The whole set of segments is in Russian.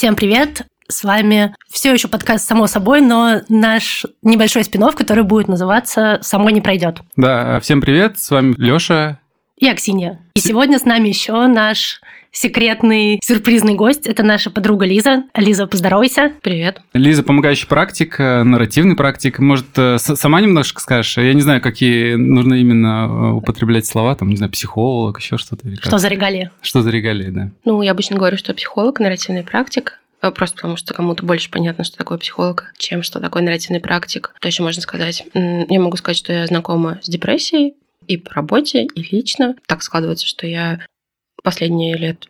Всем привет! С вами все еще подкаст «Само собой», но наш небольшой спин-офф, который будет называться «Само не пройдет». Да, всем привет, с вами Лёша и Аксинья. И сегодня с нами еще наш секретный сюрпризный гость. Это наша подруга Лиза. Лиза, поздоровайся. Привет. Лиза, помогающий практик, нарративный практик. Может, сама немножко скажешь? Я не знаю, какие нужно именно употреблять слова, там, не знаю, психолог, еще что-то. Что за регалии? Что за регалии, да. Ну, я обычно говорю, что психолог, нарративный практик. Просто потому, что кому-то больше понятно, что такое психолог, чем что такое нарративный практик. То еще можно сказать, я могу сказать, что я знакома с депрессией и по работе, и лично. Так складывается, что я последние лет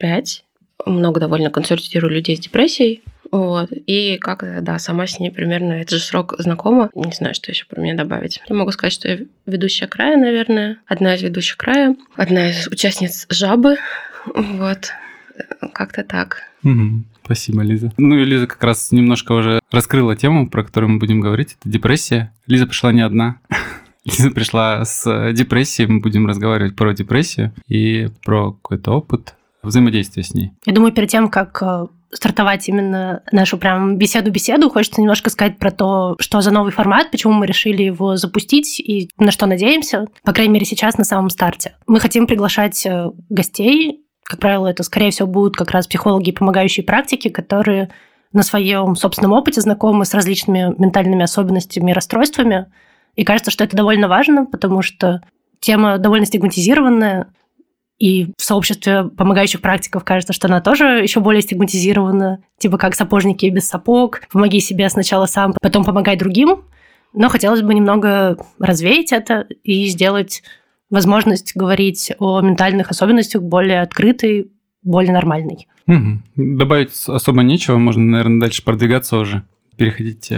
5 много довольно консультирую людей с депрессией. Вот. И как-то, да, сама с ней примерно этот же срок знакома. Не знаю, что еще про меня добавить. Я могу сказать, что я ведущая края, наверное. Одна из ведущих края. Одна из участниц жабы. Вот. Как-то так. Спасибо, Лиза. Ну и Лиза как раз немножко уже раскрыла тему, про которую мы будем говорить. Это депрессия. Лиза пришла не одна. Лиза пришла с депрессией. Мы будем разговаривать про депрессию и про какой-то опыт взаимодействия с ней. Я думаю, перед тем, как стартовать именно нашу прям беседу, хочется немножко сказать про то, что за новый формат, почему мы решили его запустить и на что надеемся, по крайней мере, сейчас на самом старте. Мы хотим приглашать гостей. Как правило, это, скорее всего, будут как раз психологи и помогающие практики, которые на своем собственном опыте знакомы с различными ментальными особенностями и расстройствами. И кажется, что это довольно важно, потому что тема довольно стигматизированная, и в сообществе помогающих практиков кажется, что она тоже еще более стигматизирована, типа как сапожники без сапог, помоги себе сначала сам, потом помогай другим. Но хотелось бы немного развеять это и сделать возможность говорить о ментальных особенностях более открытой, более нормальной. Добавить особо нечего, можно, наверное, дальше продвигаться уже, переходить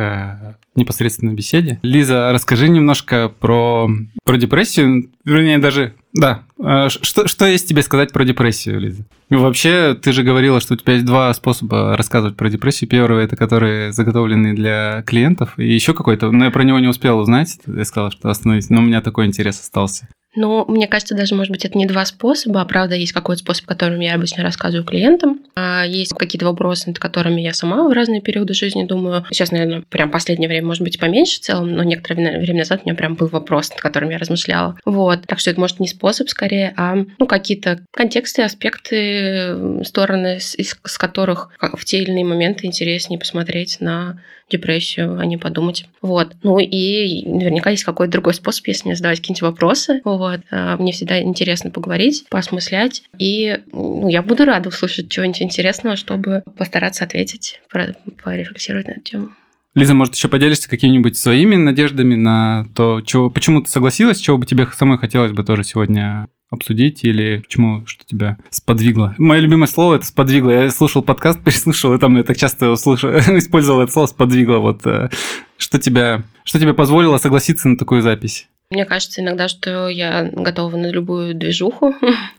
к непосредственной беседе. Лиза, расскажи немножко про депрессию, вернее, даже... Да, что есть тебе сказать про депрессию, Лиза? Вообще, ты же говорила, что у тебя есть два способа рассказывать про депрессию. Первый – это которые заготовлены для клиентов, и еще какой-то, но я про него не успела узнать. Я сказала, что остановись, но у меня такой интерес остался. Ну, мне кажется, даже, может быть, это не два способа, а правда есть какой-то способ, которым я обычно рассказываю клиентам. А есть какие-то вопросы, над которыми я сама в разные периоды жизни думаю. Сейчас, наверное, прям последнее время, может быть, поменьше в целом, но некоторое время назад у меня прям был вопрос, над которым я размышляла. Вот. Так что это, может, не способ скорее, а какие-то контексты, аспекты, стороны, с которых в те или иные моменты интереснее посмотреть на депрессию, а не подумать. Вот. Ну и наверняка есть какой-то другой способ, если мне задавать какие-нибудь вопросы. Вот. Мне всегда интересно поговорить, поосмыслять. И я буду рада услышать чего-нибудь интересного, чтобы постараться ответить, порефлексировать на эту тему. Лиза, может, еще поделишься какими-нибудь своими надеждами на то, почему ты согласилась, чего бы тебе самой хотелось бы тоже сегодня обсудить, или почему, что тебя сподвигло? Мое любимое слово – это «сподвигло». Я слушал подкаст, переслушал, и там я так часто использовал это слово «сподвигло». Вот что тебе позволило согласиться на такую запись? Мне кажется иногда, что я готова на любую движуху.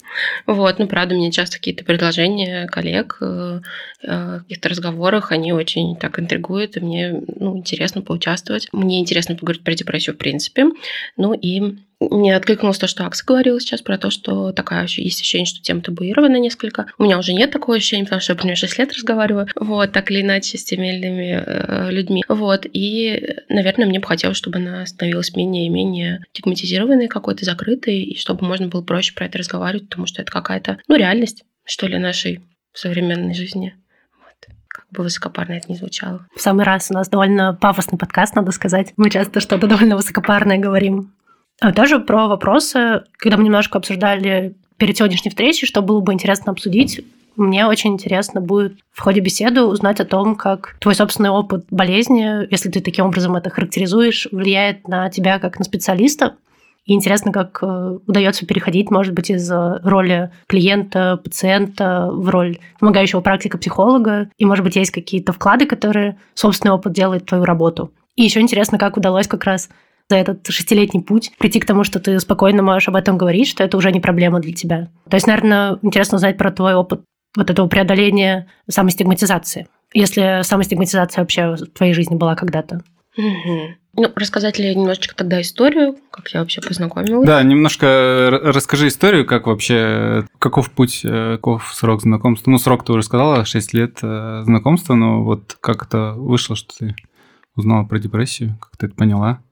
Вот, ну, правда, мне часто какие-то предложения коллег в каких-то разговорах, они очень так интригуют, и мне, интересно поучаствовать. Мне интересно поговорить про депрессию в принципе. Ну, и мне откликнулось то, что Акса говорила сейчас про то, что такая есть ощущение, что тема табуирована несколько. У меня уже нет такого ощущения, потому что я, например, 6 лет разговариваю, вот, так или иначе, с теми или иными людьми. Вот, и, наверное, мне бы хотелось, чтобы она становилась менее и менее стигматизированной, какой-то закрытой, и чтобы можно было проще про это разговаривать, потому что это какая-то, реальность, что ли, нашей современной жизни. Вот. Как бы высокопарно это ни звучало. В самый раз у нас довольно пафосный подкаст, надо сказать. Мы часто что-то довольно высокопарное говорим. А тоже про вопросы, когда мы немножко обсуждали перед сегодняшней встречей, что было бы интересно обсудить, мне очень интересно будет в ходе беседы узнать о том, как твой собственный опыт болезни, если ты таким образом это характеризуешь, влияет на тебя как на специалиста. И интересно, как удается переходить, может быть, из роли клиента, пациента в роль помогающего практика-психолога. И, может быть, есть какие-то вклады, которые собственный опыт делает в твою работу. И еще интересно, как удалось как раз за этот 6-летний путь прийти к тому, что ты спокойно можешь об этом говорить, что это уже не проблема для тебя. То есть, наверное, интересно узнать про твой опыт вот этого преодоления самостигматизации. Если самостигматизация вообще в твоей жизни была когда-то. Ну, рассказать ли немножечко тогда историю, как я вообще познакомилась? Да, немножко расскажи историю, как вообще, каков путь, каков срок знакомства. Ну, срок ты уже сказала, 6 лет знакомства, но вот как это вышло, что ты узнала про депрессию, как ты это поняла?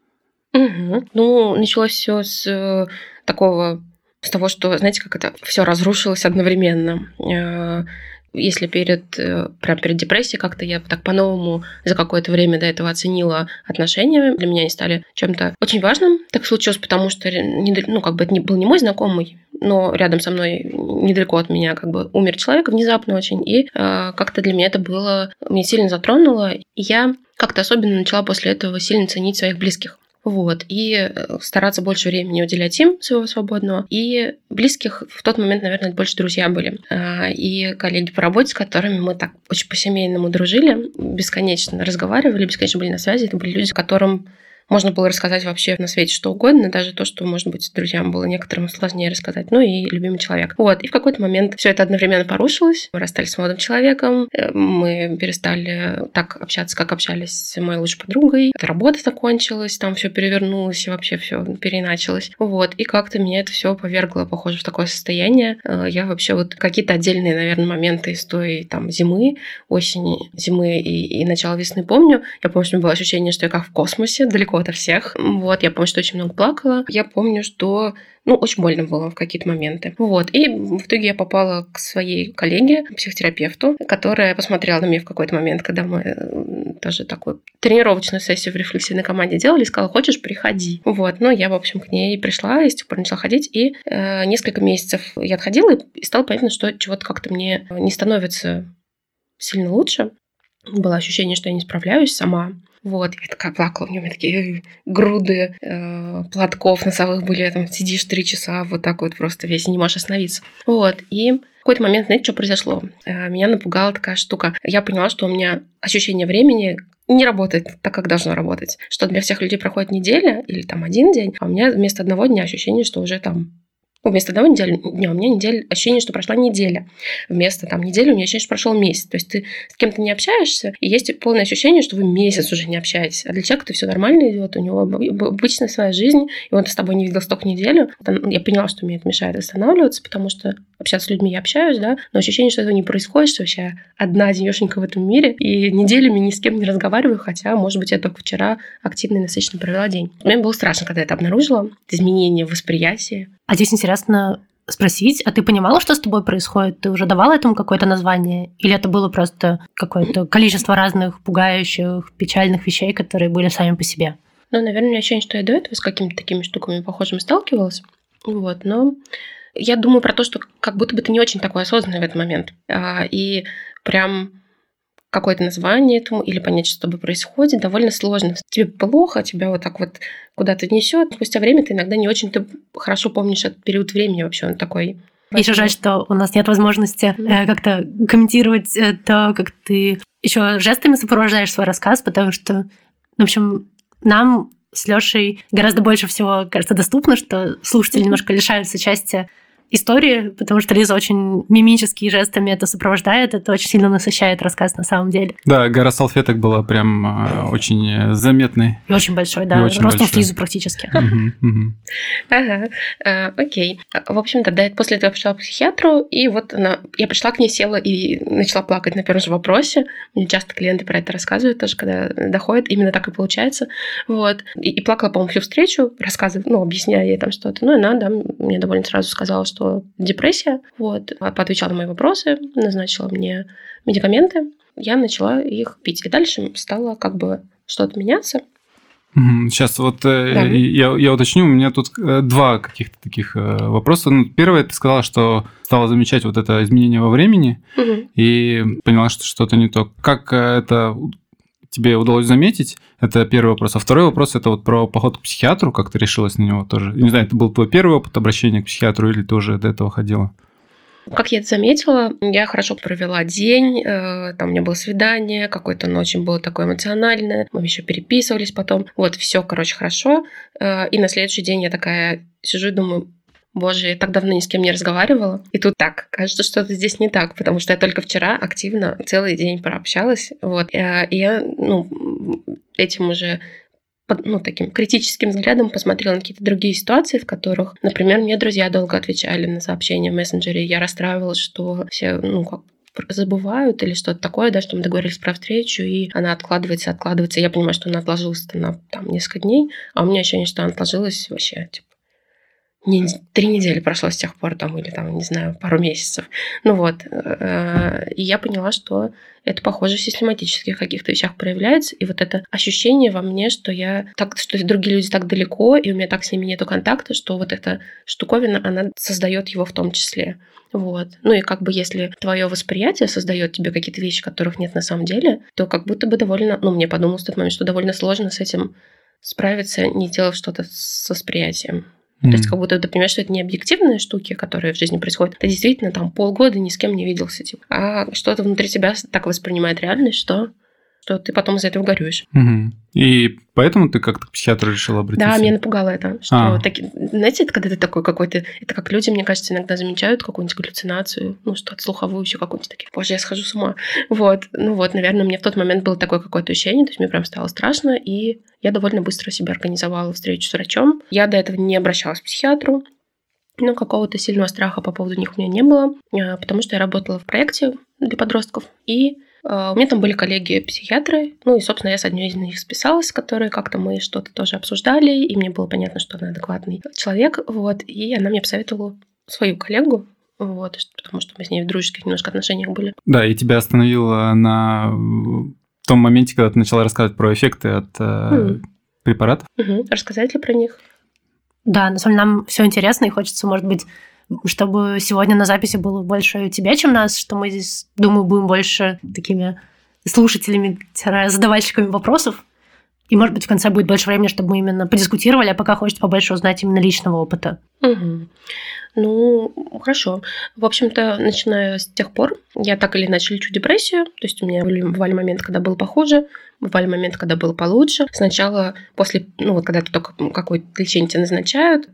Ну, началось все с того, что, знаете, как это все разрушилось одновременно. Если прям перед депрессией как-то я так по-новому за какое-то время до этого оценила отношения, для меня они стали чем-то очень важным. Так случилось, потому что, это был не мой знакомый, но рядом со мной, недалеко от меня, умер человек внезапно очень, и как-то для меня это меня сильно затронуло, и я как-то особенно начала после этого сильно ценить своих близких. И стараться больше времени уделять им, своего свободного. И близких в тот момент, наверное, больше друзья были. И коллеги по работе, с которыми мы так очень по-семейному дружили, бесконечно разговаривали, бесконечно были на связи. Это были люди, которым можно было рассказать вообще на свете что угодно, даже то, что, может быть, друзьям было некоторым сложнее рассказать, и любимый человек. И в какой-то момент все это одновременно порушилось. Мы расстались с молодым человеком, мы перестали так общаться, как общались с моей лучшей подругой. Работа закончилась, там все перевернулось, и вообще все переначалось. И как-то меня это все повергло, похоже, в такое состояние. Я вообще какие-то отдельные, наверное, моменты из той зимы, осени, зимы и начала весны помню. Я помню, что у меня было ощущение, что я как в космосе, далеко ото всех. Я помню, что очень много плакала. Я помню, что очень больно было в какие-то моменты. И в итоге я попала к своей коллеге, психотерапевту, которая посмотрела на меня в какой-то момент, когда мы тоже такую тренировочную сессию в рефлексивной команде делали, и сказала: хочешь, приходи. Я, в общем, к ней пришла и с тех пор начала ходить. И несколько месяцев я отходила, и стало понятно, что чего-то как-то мне не становится сильно лучше. Было ощущение, что я не справляюсь сама. Я такая плакала, у меня такие груды платков носовых были, там сидишь 3 часа, просто весь, не можешь остановиться. И в какой-то момент, знаете, что произошло? Меня напугала такая штука. Я поняла, что у меня ощущение времени не работает так, как должно работать. Что для всех людей проходит неделя или 1 день, а у меня вместо 1 дня ощущение, что уже вместо 1 дня у меня ощущение, что прошла неделя. Вместо недели у меня ощущение, что прошел месяц. То есть ты с кем-то не общаешься, и есть полное ощущение, что вы месяц уже не общаетесь. А для человека-то все нормально идет, у него обычная своя жизнь, и он с тобой не видел столько неделю. Я поняла, что мне это мешает останавливаться, потому что общаться с людьми я общаюсь, да, но ощущение, что этого не происходит, что вообще одна-одинёшенька в этом мире, и неделями ни с кем не разговариваю, хотя, может быть, я только вчера активно и насыщенно провела день. Мне было страшно, когда я это обнаружила, изменение в восприятии. А здесь интересно спросить, а ты понимала, что с тобой происходит? Ты уже давала этому какое-то название? Или это было просто какое-то количество разных пугающих, печальных вещей, которые были сами по себе? Наверное, у меня ощущение, что я до этого с какими-то такими штуками похожими сталкивалась. Но я думаю про то, что как будто бы ты не очень такой осознанный в этот момент. И прям какое-то название этому или понять, что с тобой происходит, довольно сложно. Тебе плохо, тебя куда-то несет. Спустя время ты иногда не очень хорошо помнишь этот период времени вообще. Он такой... Еще жаль, что у нас нет возможности как-то комментировать то, как ты еще жестами сопровождаешь свой рассказ, потому что, в общем, нам с Лешей гораздо больше всего, кажется, доступно, что слушатели немножко лишаются части истории, потому что Лиза очень мимически и жестами это сопровождает, это очень сильно насыщает рассказ на самом деле. Да, гора салфеток была прям очень заметной. И очень большой, да, ростом с Лизу практически. Ага, окей. В общем-то, да, после этого я пришла к психиатру, и я пришла к ней, села и начала плакать на первом же вопросе. Мне часто клиенты про это рассказывают тоже, когда доходит, именно так и получается. И плакала, по-моему, всю встречу, рассказывая, объясняя ей там что-то. И она, мне довольно сразу сказала, что депрессия, поотвечала на мои вопросы, назначила мне медикаменты, я начала их пить. И дальше стало что-то меняться. Сейчас я уточню, у меня тут 2 каких-то таких вопроса. Первое, ты сказала, что стала замечать это изменение во времени и поняла, что что-то не то. Как это тебе удалось заметить? Это первый вопрос. А второй вопрос – это про поход к психиатру, как ты решилась на него тоже. Не знаю, это был твой первый опыт обращения к психиатру или ты уже до этого ходила? Как я это заметила, я хорошо провела день, там у меня было свидание, какой-то ночью было такое эмоциональное, мы еще переписывались потом. Все, хорошо. И на следующий день я такая сижу и думаю, боже, я так давно ни с кем не разговаривала. И тут так, кажется, что-то здесь не так, потому что я только вчера активно целый день прообщалась. Вот. И я этим уже таким критическим взглядом посмотрела на какие-то другие ситуации, в которых, например, мне друзья долго отвечали на сообщения в мессенджере, и я расстраивалась, что все, забывают или что-то такое, да, что мы договорились про встречу, и она откладывается. Я понимаю, что она отложилась на несколько дней, а у меня ощущение, что она отложилась вообще, 3 недели прошло с тех пор, или не знаю, пару месяцев. И я поняла, что это, похоже, в систематических каких-то вещах проявляется. И вот это ощущение во мне, что что другие люди так далеко, и у меня так с ними нету контакта, что вот эта штуковина, она создает его в том числе. Вот. И если твое восприятие создает тебе какие-то вещи, которых нет на самом деле, то как будто бы довольно, мне подумалось в тот момент, что довольно сложно с этим справиться, не делав что-то с восприятием. То есть как будто ты понимаешь, что это не объективные штуки, которые в жизни происходят. Ты действительно полгода ни с кем не виделся. А что-то внутри тебя так воспринимает реальность, что ты потом из-за этого горюешь. Угу. И поэтому ты как-то к психиатру решила обратиться? Да, меня напугало это. Что знаете, это когда ты такой какой-то... Это как люди, мне кажется, иногда замечают какую-нибудь галлюцинацию, что-то слуховую еще какую-нибудь такие. Боже, я схожу с ума. Наверное, мне в тот момент было такое какое-то ощущение, то есть мне прям стало страшно, и я довольно быстро себе организовала встречу с врачом. Я до этого не обращалась к психиатру, но какого-то сильного страха по поводу них у меня не было, потому что я работала в проекте для подростков, и у меня там были коллеги-психиатры, и, собственно, я с одной из них списалась, с которой как-то мы что-то тоже обсуждали, и мне было понятно, что она адекватный человек, и она мне посоветовала свою коллегу, потому что мы с ней в дружеских немножко отношениях были. Да, и тебя остановило на том моменте, когда ты начала рассказывать про эффекты от препаратов. Рассказать ли про них? Да, на самом деле нам все интересно, и хочется, может быть, чтобы сегодня на записи было больше тебя, чем нас, что мы здесь, думаю, будем больше такими слушателями, задавальщиками вопросов. И, может быть, в конце будет больше времени, чтобы мы именно подискутировали, а пока хочется побольше узнать именно личного опыта. Хорошо. В общем-то, начиная с тех пор, я так или иначе лечу депрессию. То есть у меня бывали моменты, когда было похуже, бывали моменты, когда было получше. Сначала, после, когда ты только какое-то лечение тебе назначают,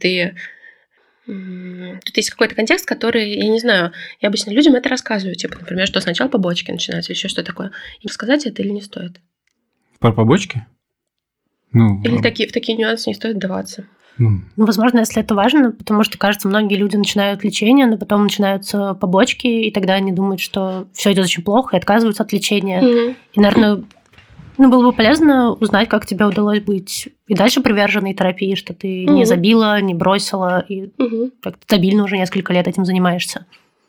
тут есть какой-то контекст, который, я не знаю, я обычно людям это рассказываю, например, что сначала побочки начинаются, или еще что такое. И рассказать это или не стоит? Про побочки? Или в такие нюансы не стоит вдаваться? Возможно, если это важно, потому что, кажется, многие люди начинают лечение, но потом начинаются побочки, и тогда они думают, что все идет очень плохо, и отказываются от лечения. И, наверное, было бы полезно узнать, как тебе удалось быть и дальше приверженной терапии, что ты не забила, не бросила, и как-то стабильно уже несколько лет этим занимаешься.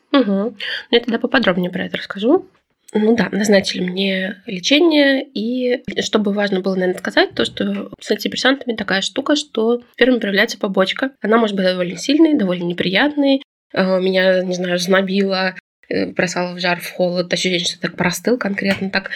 Я тогда поподробнее про это расскажу. Назначили мне лечение, и что бы важно было, наверное, сказать, то, что с антидепрессантами такая штука, что первым проявляется побочка. Она может быть довольно сильной, довольно неприятной. Меня, не знаю, знобило, бросало в жар, в холод, ощущение, что ты так простыл конкретно так,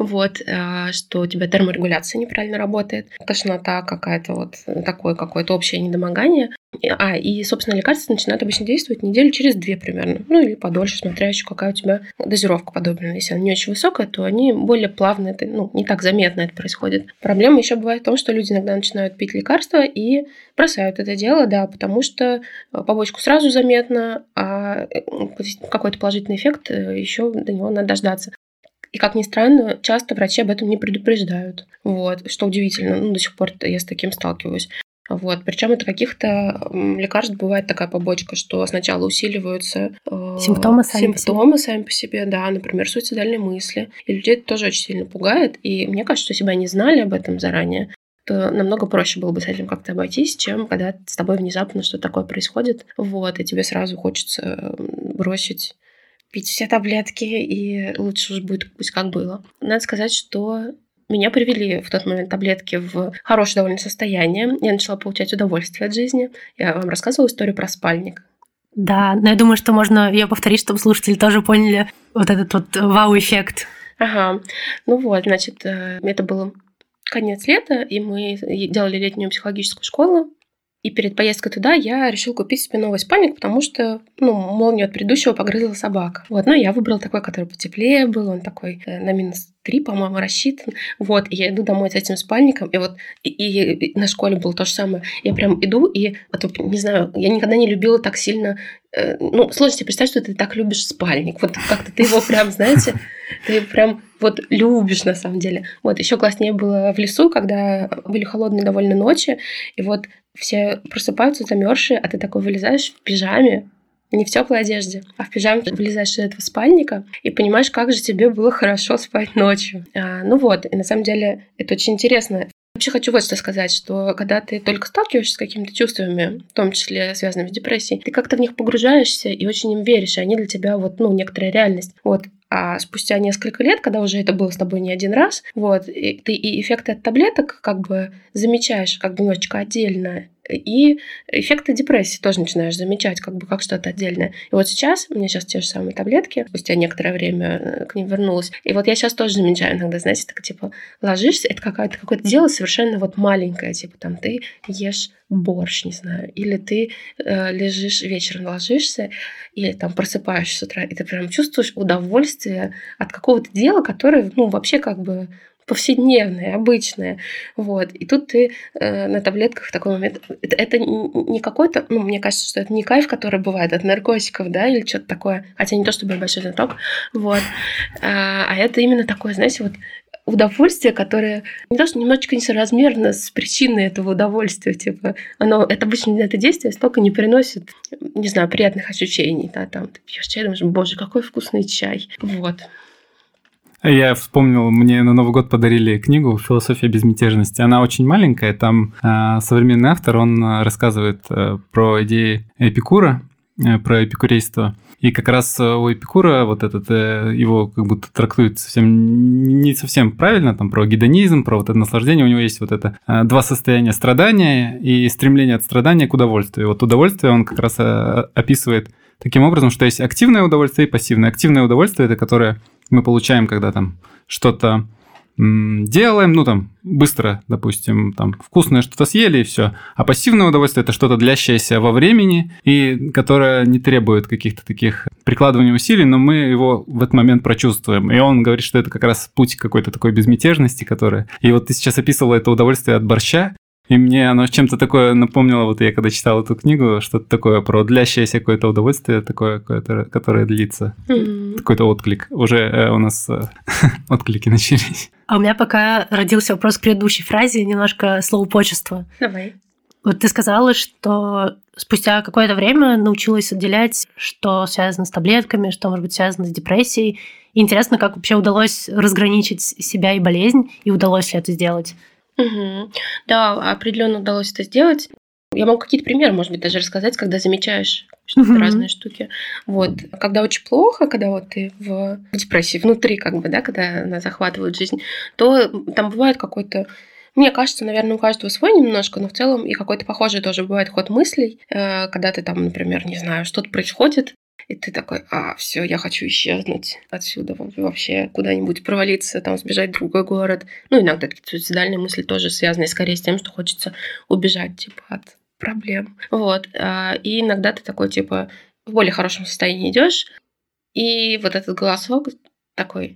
что у тебя терморегуляция неправильно работает, тошнота какая-то, такое какое-то общее недомогание. И, собственно, лекарства начинают обычно действовать неделю через 2 примерно, или подольше, смотря еще какая у тебя дозировка подобрана. Если она не очень высокая, то они более плавно, это, не так заметно это происходит. Проблема еще бывает в том, что люди иногда начинают пить лекарства и бросают это дело, потому что побочку сразу заметно, а какой-то положительный эффект еще до него надо дождаться. И, как ни странно, часто врачи об этом не предупреждают. Что удивительно, до сих пор я с таким сталкиваюсь. Причем это каких-то лекарств бывает такая побочка, что сначала усиливаются симптомы сами по себе, да, например, суицидальные мысли. И людей это тоже очень сильно пугает. И мне кажется, что если бы они знали об этом заранее, то намного проще было бы с этим как-то обойтись, чем когда с тобой внезапно что-то такое происходит, и тебе сразу хочется бросить пить все таблетки, и лучше уж будет пусть как было. Надо сказать, что меня привели в тот момент таблетки в хорошее довольно состояние. Я начала получать удовольствие от жизни. Я вам рассказывала историю про спальник. Да, но я думаю, что можно ее повторить, чтобы слушатели тоже поняли этот вау-эффект. Ага. Это был конец лета, и мы делали летнюю психологическую школу. И перед поездкой туда я решила купить себе новый спальник, потому что, молнию от предыдущего погрызла собака. Я выбрала такой, который потеплее был, он такой на минус 3, по-моему, рассчитан. Вот, и я иду домой с этим спальником, и вот и на школе было то же самое. Я прям иду, и вот, не знаю, я никогда не любила так сильно... сложно себе представить, что ты так любишь спальник. Вот как-то ты его прям, знаете, ты прям вот любишь на самом деле. Вот, еще класснее было в лесу, когда были холодные довольно ночи, и вот все просыпаются замерзшие, а ты такой вылезаешь в пижаме, не в теплой одежде, а в пижаме вылезаешь из этого спальника и понимаешь, как же тебе было хорошо спать ночью. И на самом деле это очень интересно. Вообще хочу вот что сказать, что когда ты только сталкиваешься с какими-то чувствами, в том числе связанными с депрессией, ты как-то в них погружаешься и очень им веришь, и они для тебя некоторая реальность. Вот. А спустя несколько лет, когда уже это было с тобой не один раз, и ты и эффекты от таблеток как бы замечаешь как бы немножечко отдельно, и эффекты депрессии тоже начинаешь замечать как что-то отдельное. И вот сейчас, у меня сейчас те же самые таблетки, спустя некоторое время к ним вернулась, и вот я сейчас тоже замечаю иногда, знаете, так типа ложишься, это какое-то дело совершенно маленькое, типа там ты ешь борщ, не знаю, или ты лежишь вечером, ложишься, или там просыпаешься с утра, и ты прям чувствуешь удовольствие от какого-то дела, которое, вообще как бы повседневное, обычное. Вот. И тут ты на таблетках в такой момент... Это не какой-то... мне кажется, что это не кайф, который бывает от наркотиков, да, или что-то такое. Хотя не то, чтобы я большой знаток. Вот. А это именно такое, знаете, удовольствие, которое не то, что немножечко несоразмерно с причиной этого удовольствия. Типа, это обычно это действие столько не приносит, не знаю, приятных ощущений. Да, там ты пьешь чай, думаешь, боже, какой вкусный чай. Вот. Я вспомнил, мне на Новый год подарили книгу «Философия безмятежности». Она очень маленькая, там современный автор, он рассказывает про идеи Эпикура, про эпикурейство. И как раз у Эпикура его как будто трактует не совсем правильно, там про гедонизм, про это наслаждение. У него есть два состояния: страдания и стремление от страдания к удовольствию. Удовольствие он как раз описывает таким образом, что есть активное удовольствие и пассивное. Активное удовольствие – это которое мы получаем, когда там что-то делаем, быстро, допустим, там вкусное что-то съели и все. А пассивное удовольствие – это что-то длящееся во времени и которое не требует каких-то таких прикладывания усилий, но мы его в этот момент прочувствуем. И он говорит, что это как раз путь какой-то такой безмятежности, которая... И ты сейчас описывала это удовольствие от борща, и мне оно чем-то такое напомнило, я когда читал эту книгу, что-то такое про длящееся какое-то удовольствие, такое, которое длится. Какой-то отклик. Уже у нас отклики начались. А у меня пока родился вопрос к предыдущей фразе, немножко словопочество. Давай. Ты сказала, что спустя какое-то время научилась отделять, что связано с таблетками, что, может быть, связано с депрессией. И интересно, как вообще удалось разграничить себя и болезнь, и удалось ли это сделать? Угу. Да, определенно удалось это сделать. Я могу какие-то примеры, может быть, даже рассказать, когда замечаешь что-то разные штуки. Когда очень плохо, когда ты в депрессии внутри, когда она захватывает жизнь, то там бывает какой-то... Мне кажется, наверное, у каждого свой немножко, но в целом и какой-то похожий тоже бывает ход мыслей, когда ты там, например, не знаю, что-то происходит, и ты такой, все, я хочу исчезнуть отсюда, вообще куда-нибудь провалиться, там, сбежать в другой город. Иногда какие-то суицидальные мысли тоже связаны скорее с тем, что хочется убежать, от проблем. И иногда ты такой, в более хорошем состоянии идешь, и этот голосок такой,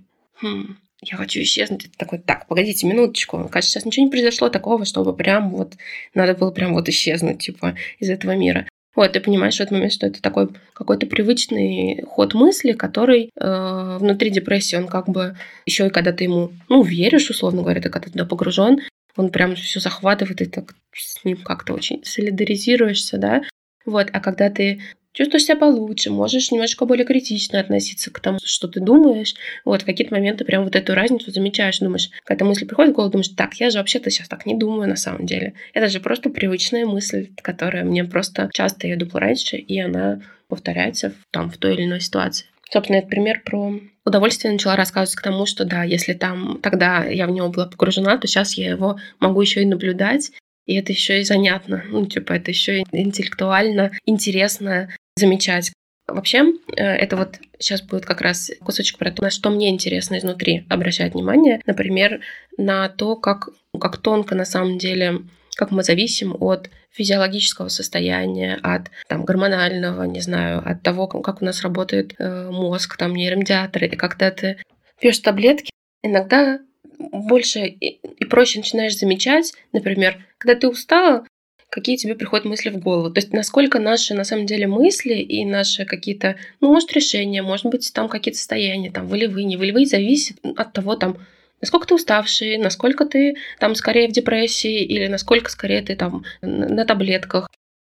я хочу исчезнуть. Это такой, так, погодите минуточку. Кажется, сейчас ничего не произошло такого, чтобы прям надо было прям исчезнуть, из этого мира. Ты понимаешь в этот момент, что это такой какой-то привычный ход мысли, который внутри депрессии, он еще и когда ты ему, веришь, условно говоря, ты когда туда погружен, он прям все захватывает, и так с ним как-то очень солидаризируешься, да. А когда ты чувствуешь себя получше, можешь немножко более критично относиться к тому, что ты думаешь. В какие-то моменты прям эту разницу замечаешь, думаешь, какая-то мысль приходит в голову, думаешь, так, я же вообще-то сейчас так не думаю на самом деле. Это же просто привычная мысль, которая мне просто часто я думала раньше, и она повторяется в той или иной ситуации. Собственно, этот пример про удовольствие начала рассказывать к тому, что да, если тогда я в него была погружена, то сейчас я его могу еще и наблюдать, и это еще и занятно. Это еще и интеллектуально интересно замечать. Вообще, это сейчас будет как раз кусочек про то, на что мне интересно изнутри обращать внимание. Например, на то, как тонко на самом деле, как мы зависим от физиологического состояния, от гормонального, не знаю, от того, как у нас работает мозг, нейромедиаторы. И когда ты пьешь таблетки, иногда больше и проще начинаешь замечать, например, когда ты устала, какие тебе приходят мысли в голову. То есть насколько наши, на самом деле, мысли и наши какие-то, ну, может, решения, может быть, там какие-то состояния, там, волевые, не волевые, зависят от того, там, насколько ты уставший, насколько ты там скорее в депрессии или насколько скорее ты там на таблетках.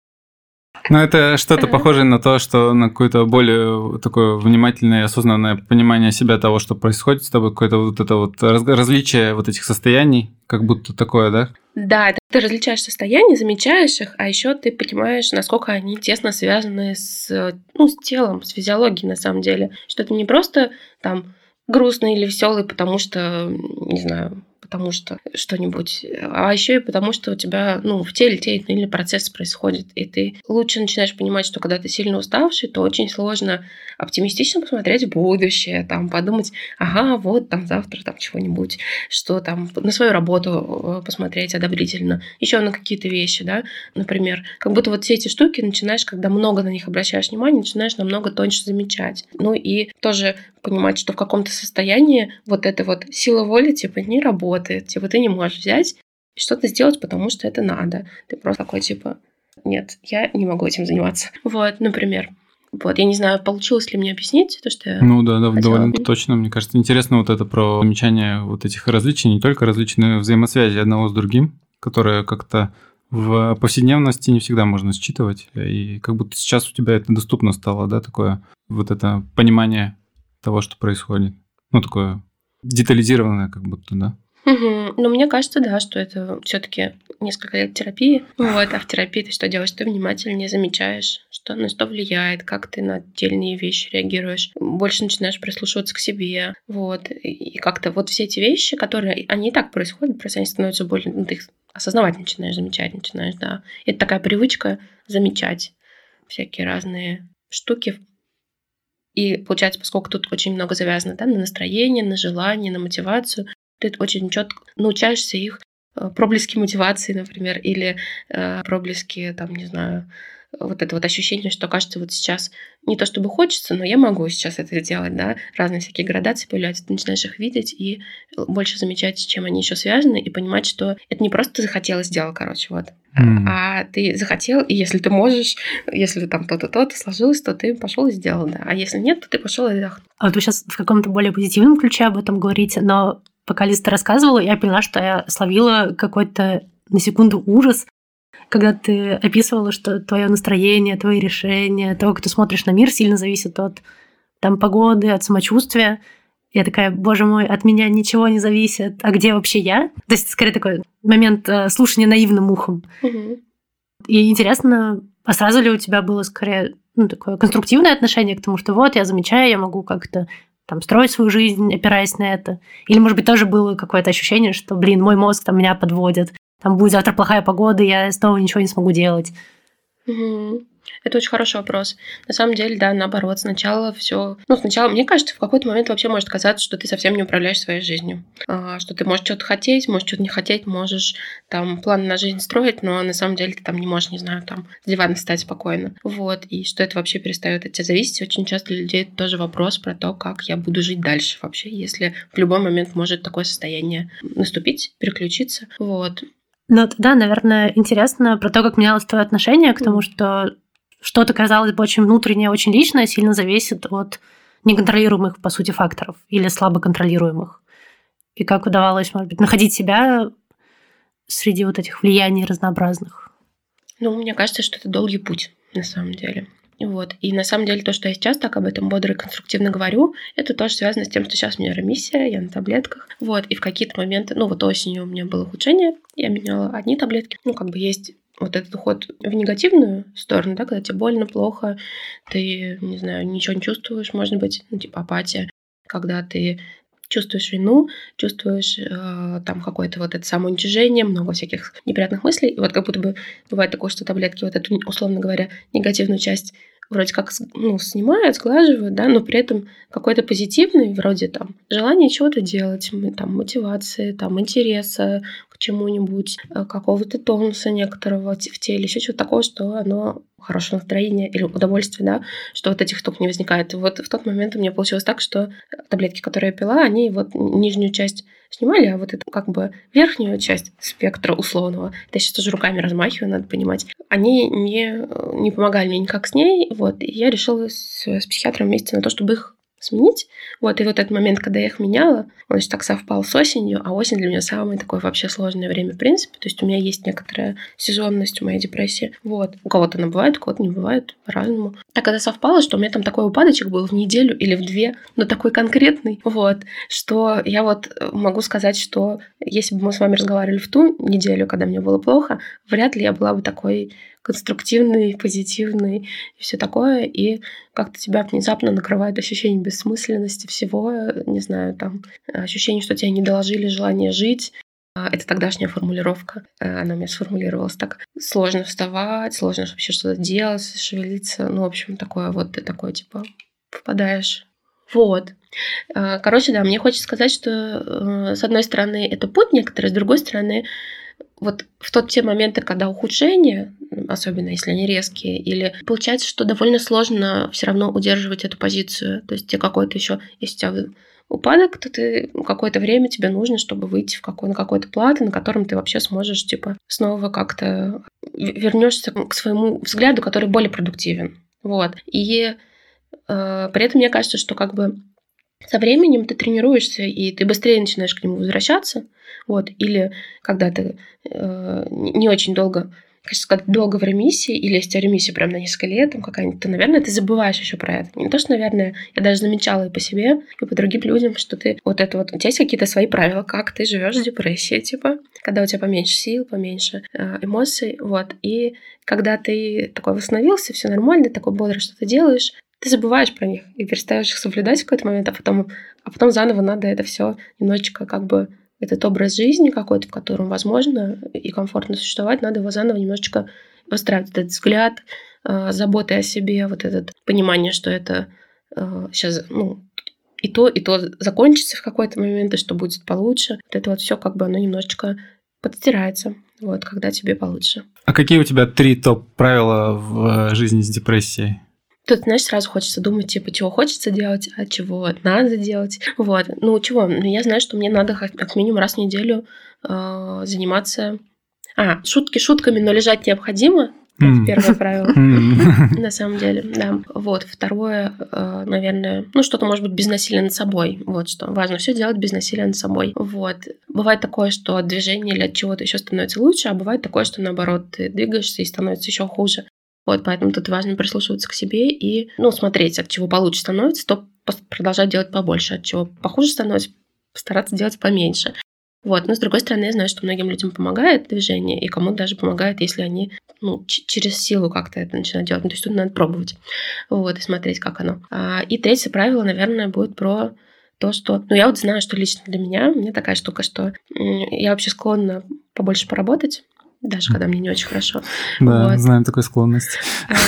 Ну, это что-то похожее на то, что на какое-то более такое внимательное и осознанное понимание себя того, что происходит с тобой, какое-то вот это вот различие вот этих состояний, как будто такое, да? Да, ты различаешь состояния, замечаешь их, а еще ты понимаешь, насколько они тесно связаны с телом, с физиологией на самом деле. Что это не просто там грустный или веселый, потому что, не знаю, потому что что-нибудь, а еще и потому, что у тебя, в теле те или иные процессы происходят, и ты лучше начинаешь понимать, что когда ты сильно уставший, то очень сложно оптимистично посмотреть в будущее, там, подумать, ага, вот там завтра там чего-нибудь, что там на свою работу посмотреть одобрительно, еще на какие-то вещи, да, например, как будто вот все эти штуки начинаешь, когда много на них обращаешь внимание, начинаешь намного тоньше замечать. Ну и тоже понимать, что в каком-то состоянии вот эта вот сила воли, типа, не работает, типа, ты не можешь взять и что-то сделать, потому что это надо. Ты просто такой, типа, нет, я не могу этим заниматься. Вот, например. Вот, я не знаю, получилось ли мне объяснить то, что я довольно точно, мне кажется. Интересно вот это про замечание вот этих различий, не только различные взаимосвязи одного с другим, которые как-то в повседневности не всегда можно считывать, и как будто сейчас у тебя это доступно стало, да, такое вот это понимание того, что происходит. Ну, такое детализированное как будто, да. Ну, мне кажется, да, что это все-таки несколько лет терапии. Вот, а в терапии ты что делаешь? Ты внимательнее замечаешь, что на что влияет, как ты на отдельные вещи реагируешь. Больше начинаешь прислушиваться к себе. Вот. И как-то вот все эти вещи, которые, они и так происходят, просто они становятся более... ты их осознавать начинаешь, замечать начинаешь, да. Это такая привычка замечать всякие разные штуки. И получается, поскольку тут очень много завязано, да, на настроение, на желание, на мотивацию, ты очень четко научаешься их проблески мотивации, например, или проблески, там, не знаю, вот это вот ощущение, что кажется, вот сейчас не то чтобы хочется, но я могу сейчас это сделать, да, разные всякие градации появляются, ты начинаешь их видеть и больше замечать, с чем они еще связаны, и понимать, что это не просто захотел и сделал, короче, вот, а ты захотел, и если ты можешь, если там то-то сложилось, то ты пошел и сделал, да, а если нет, то ты пошел и отдохнул. А вот вы сейчас в каком-то более позитивном ключе об этом говорите, но пока Лиза рассказывала, я поняла, что я словила какой-то на секунду ужас, когда ты описывала, что твое настроение, твои решения, то, как ты смотришь на мир, сильно зависит от там, погоды, от самочувствия. Я такая, боже мой, от меня ничего не зависит, а где вообще я? То есть, скорее, такой момент слушания наивным ухом. И интересно, а сразу ли у тебя было скорее такое конструктивное отношение к тому, что вот, я замечаю, я могу как-то там строить свою жизнь, опираясь на это? Или, может быть, тоже было какое-то ощущение, что, мой мозг там меня подводит, там будет завтра плохая погода, я снова ничего не смогу делать? Это очень хороший вопрос. На самом деле, да, наоборот, сначала все... сначала, мне кажется, в какой-то момент вообще может казаться, что ты совсем не управляешь своей жизнью. Что ты можешь что-то хотеть, можешь что-то не хотеть, можешь там план на жизнь строить, но на самом деле ты там не можешь, не знаю, там с дивана встать спокойно. Вот. И что это вообще перестает от тебя зависеть. Очень часто для людей это тоже вопрос про то, как я буду жить дальше вообще, если в любой момент может такое состояние наступить, переключиться. Вот. Ну да, наверное, интересно про то, как менялось твое отношение к тому, что что-то, казалось бы, очень внутреннее, очень личное, сильно зависит от неконтролируемых, по сути, факторов или слабо контролируемых. И как удавалось, может быть, находить себя среди вот этих влияний разнообразных? Мне кажется, что это долгий путь, на самом деле. Вот. И на самом деле то, что я сейчас так об этом бодро и конструктивно говорю, это тоже связано с тем, что сейчас у меня ремиссия, я на таблетках. Вот. И в какие-то моменты, вот осенью у меня было ухудшение, я меняла одни таблетки. Есть вот этот уход в негативную сторону, да, когда тебе больно, плохо, ты, не знаю, ничего не чувствуешь, может быть, апатия, когда ты чувствуешь вину, чувствуешь там какое-то вот это самоуничижение, много всяких неприятных мыслей. И вот как будто бы бывает такое, что таблетки вот эту, условно говоря, негативную часть вроде как снимают, сглаживают, да, но при этом какой-то позитивный, вроде там желание чего-то делать, там мотивации, там интереса, к чему-нибудь, какого-то тонуса некоторого в теле, еще чего-то такого, что оно хорошего настроения или удовольствия, да, что вот этих штук не возникает. Вот в тот момент у меня получилось так, что таблетки, которые я пила, они вот нижнюю часть снимали, а вот эту как бы верхнюю часть спектра условного, это я сейчас тоже руками размахиваю, надо понимать, они не помогали мне никак с ней, вот, и я решила с психиатром вместе на то, чтобы их сменить. Вот, и вот этот момент, когда я их меняла, он еще так совпал с осенью, а осень для меня самое такое вообще сложное время, в принципе. То есть у меня есть некоторая сезонность у моей депрессии. Вот. У кого-то она бывает, у кого-то не бывает, по-разному. Так это совпало, что у меня там такой упадочек был в неделю или в 2, но такой конкретный, вот, что я вот могу сказать, что если бы мы с вами разговаривали в ту неделю, когда мне было плохо, вряд ли я была бы такой конструктивный, позитивный и все такое, и как-то тебя внезапно накрывает ощущение бессмысленности всего, не знаю, там, ощущение, что тебе не доложили желание жить. Это тогдашняя формулировка, она у меня сформулировалась так. Сложно вставать, сложно вообще что-то делать, шевелиться, ну, в общем, такое вот, ты такой, типа, попадаешь. Вот. Короче, да, мне хочется сказать, что, с одной стороны, это путь некоторый, с другой стороны, вот в те моменты, когда ухудшение, особенно если они резкие, или получается, что довольно сложно все равно удерживать эту позицию. То есть тебе какой-то еще, если у тебя упадок, то ты какое-то время тебе нужно, чтобы выйти на какой-то плато, на котором ты вообще сможешь типа снова как-то вернешься к своему взгляду, который более продуктивен. Вот. И при этом мне кажется, что как бы со временем ты тренируешься, и ты быстрее начинаешь к нему возвращаться. Вот. Или когда ты не очень долго, кажется, когда долго в ремиссии, или если у тебя ремиссия прям на несколько лет, там какая-нибудь, то, наверное, ты забываешь еще про это. Не то, что, наверное, я даже замечала и по себе, и по другим людям, что ты вот это вот, у тебя есть какие-то свои правила, как ты живешь с депрессией, типа, когда у тебя поменьше сил, поменьше эмоций, вот. И когда ты такой восстановился, все нормально, такой бодро что-то делаешь, ты забываешь про них и перестаешь их соблюдать в какой-то момент, а потом заново надо это все немножечко как бы этот образ жизни какой-то, в котором возможно и комфортно существовать, надо его заново немножечко выстраивать. Этот взгляд, заботы о себе, вот это понимание, что это сейчас, ну, и то закончится в какой-то момент, и что будет получше. Вот это вот все как бы оно немножечко подстирается, вот, когда тебе получше. А какие у тебя 3 топ-правила в жизни с депрессией? Тут, знаешь, сразу хочется думать, типа, чего хочется делать, а чего надо делать. Вот. Ну, чего? Я знаю, что мне надо как минимум раз в неделю заниматься... шутки шутками, но лежать необходимо. Это первое правило. На самом деле, да. Вот. Второе, наверное, что-то может быть без насилия над собой. Вот что. Важно все делать без насилия над собой. Вот. Бывает такое, что от движения или от чего-то еще становится лучше, а бывает такое, что наоборот, ты двигаешься и становится еще хуже. Вот, поэтому тут важно прислушиваться к себе и, смотреть, от чего получше становится, то продолжать делать побольше, от чего похуже становится, постараться делать поменьше. Вот, но с другой стороны, я знаю, что многим людям помогает движение, и кому-то даже помогает, если они, через силу как-то это начинают делать. То есть тут надо пробовать, вот, и смотреть, как оно. И третье правило, наверное, будет про то, что... я вот знаю, что лично для меня, у меня такая штука, что я вообще склонна побольше поработать, даже когда мне не очень хорошо. Да, вот. Знаем такую склонность.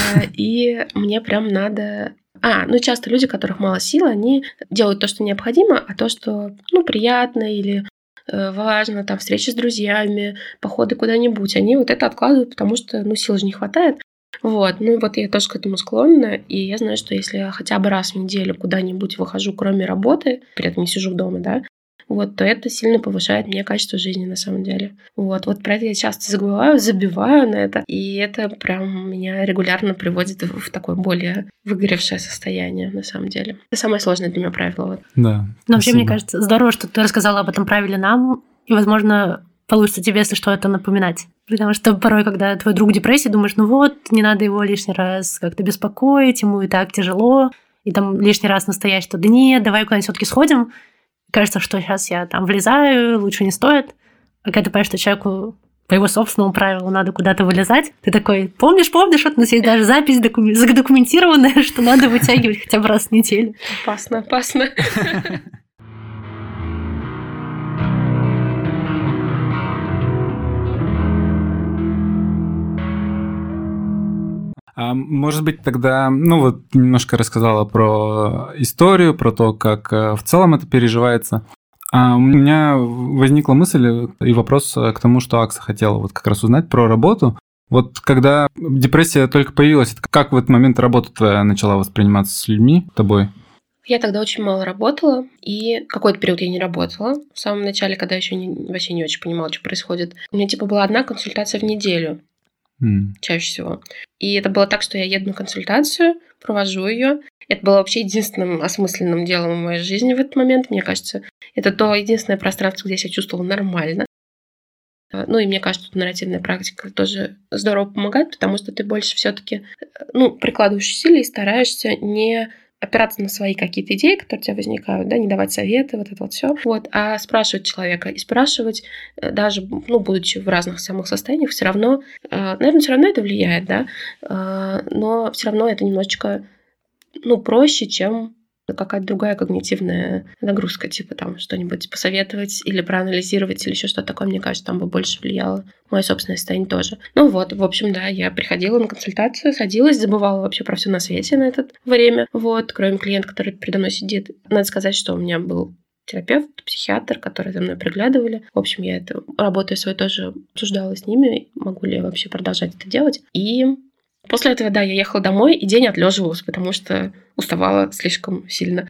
И мне прям надо... часто люди, у которых мало сил, они делают то, что необходимо, а то, что, приятно или важно, там, встречи с друзьями, походы куда-нибудь, они вот это откладывают, потому что, сил же не хватает. Вот, я тоже к этому склонна, и я знаю, что если я хотя бы раз в неделю куда-нибудь выхожу, кроме работы, при этом не сижу дома, да, вот, то это сильно повышает мне качество жизни на самом деле. Вот про это я часто забиваю на это, и это прям меня регулярно приводит в такое более выгоревшее состояние на самом деле. Это самое сложное для меня правило. Вот. Да. Но вообще, мне кажется, здорово, что ты рассказала об этом правиле нам, и, возможно, получится тебе, если что, это напоминать. Потому что порой, когда твой друг в депрессии, думаешь, не надо его лишний раз как-то беспокоить, ему и так тяжело, и там лишний раз настоять, что да нет, давай куда-нибудь все-таки сходим. Кажется, что сейчас я там влезаю, лучше не стоит. А когда ты понимаешь, что человеку по его собственному правилу надо куда-то вылезать, ты такой, помнишь, вот у нас есть даже запись задокументированная, что надо вытягивать хотя бы раз в неделю. Опасно. Может быть, тогда, немножко рассказала про историю, про то, как в целом это переживается. У меня возникла мысль и вопрос к тому, что Акса хотела вот как раз узнать про работу. Вот когда депрессия только появилась, как в этот момент работа твоя начала восприниматься с людьми, тобой? Я тогда очень мало работала, и какой-то период я не работала. В самом начале, когда я еще вообще не очень понимала, что происходит. У меня типа была одна консультация в неделю, чаще всего. И это было так, что я еду на консультацию, провожу ее. Это было вообще единственным осмысленным делом в моей жизни в этот момент. Мне кажется, это то единственное пространство, где я себя чувствовала нормально. Ну и мне кажется, что нарративная практика тоже здорово помогает, потому что ты больше все-таки прикладываешь усилия и стараешься не опираться на свои какие-то идеи, которые у тебя возникают, да, не давать советы, вот это вот все, а спрашивать человека. И спрашивать, даже, будучи в разных самых состояниях, все равно, наверное, все равно это влияет, да, но все равно это немножечко, проще, чем какая-то другая когнитивная нагрузка, типа там что-нибудь посоветовать или проанализировать или еще что-то такое, мне кажется, там бы больше влияло мое собственное состояние тоже. В общем, да, я приходила на консультацию, садилась, забывала вообще про все на свете на это время, кроме клиента, который передо мной сидит. Надо сказать, что у меня был терапевт, психиатр, которые за мной приглядывали. В общем, я это, работая свою, тоже обсуждала с ними, могу ли я вообще продолжать это делать. И после этого, да, я ехала домой и день отлеживалась, потому что уставала слишком сильно.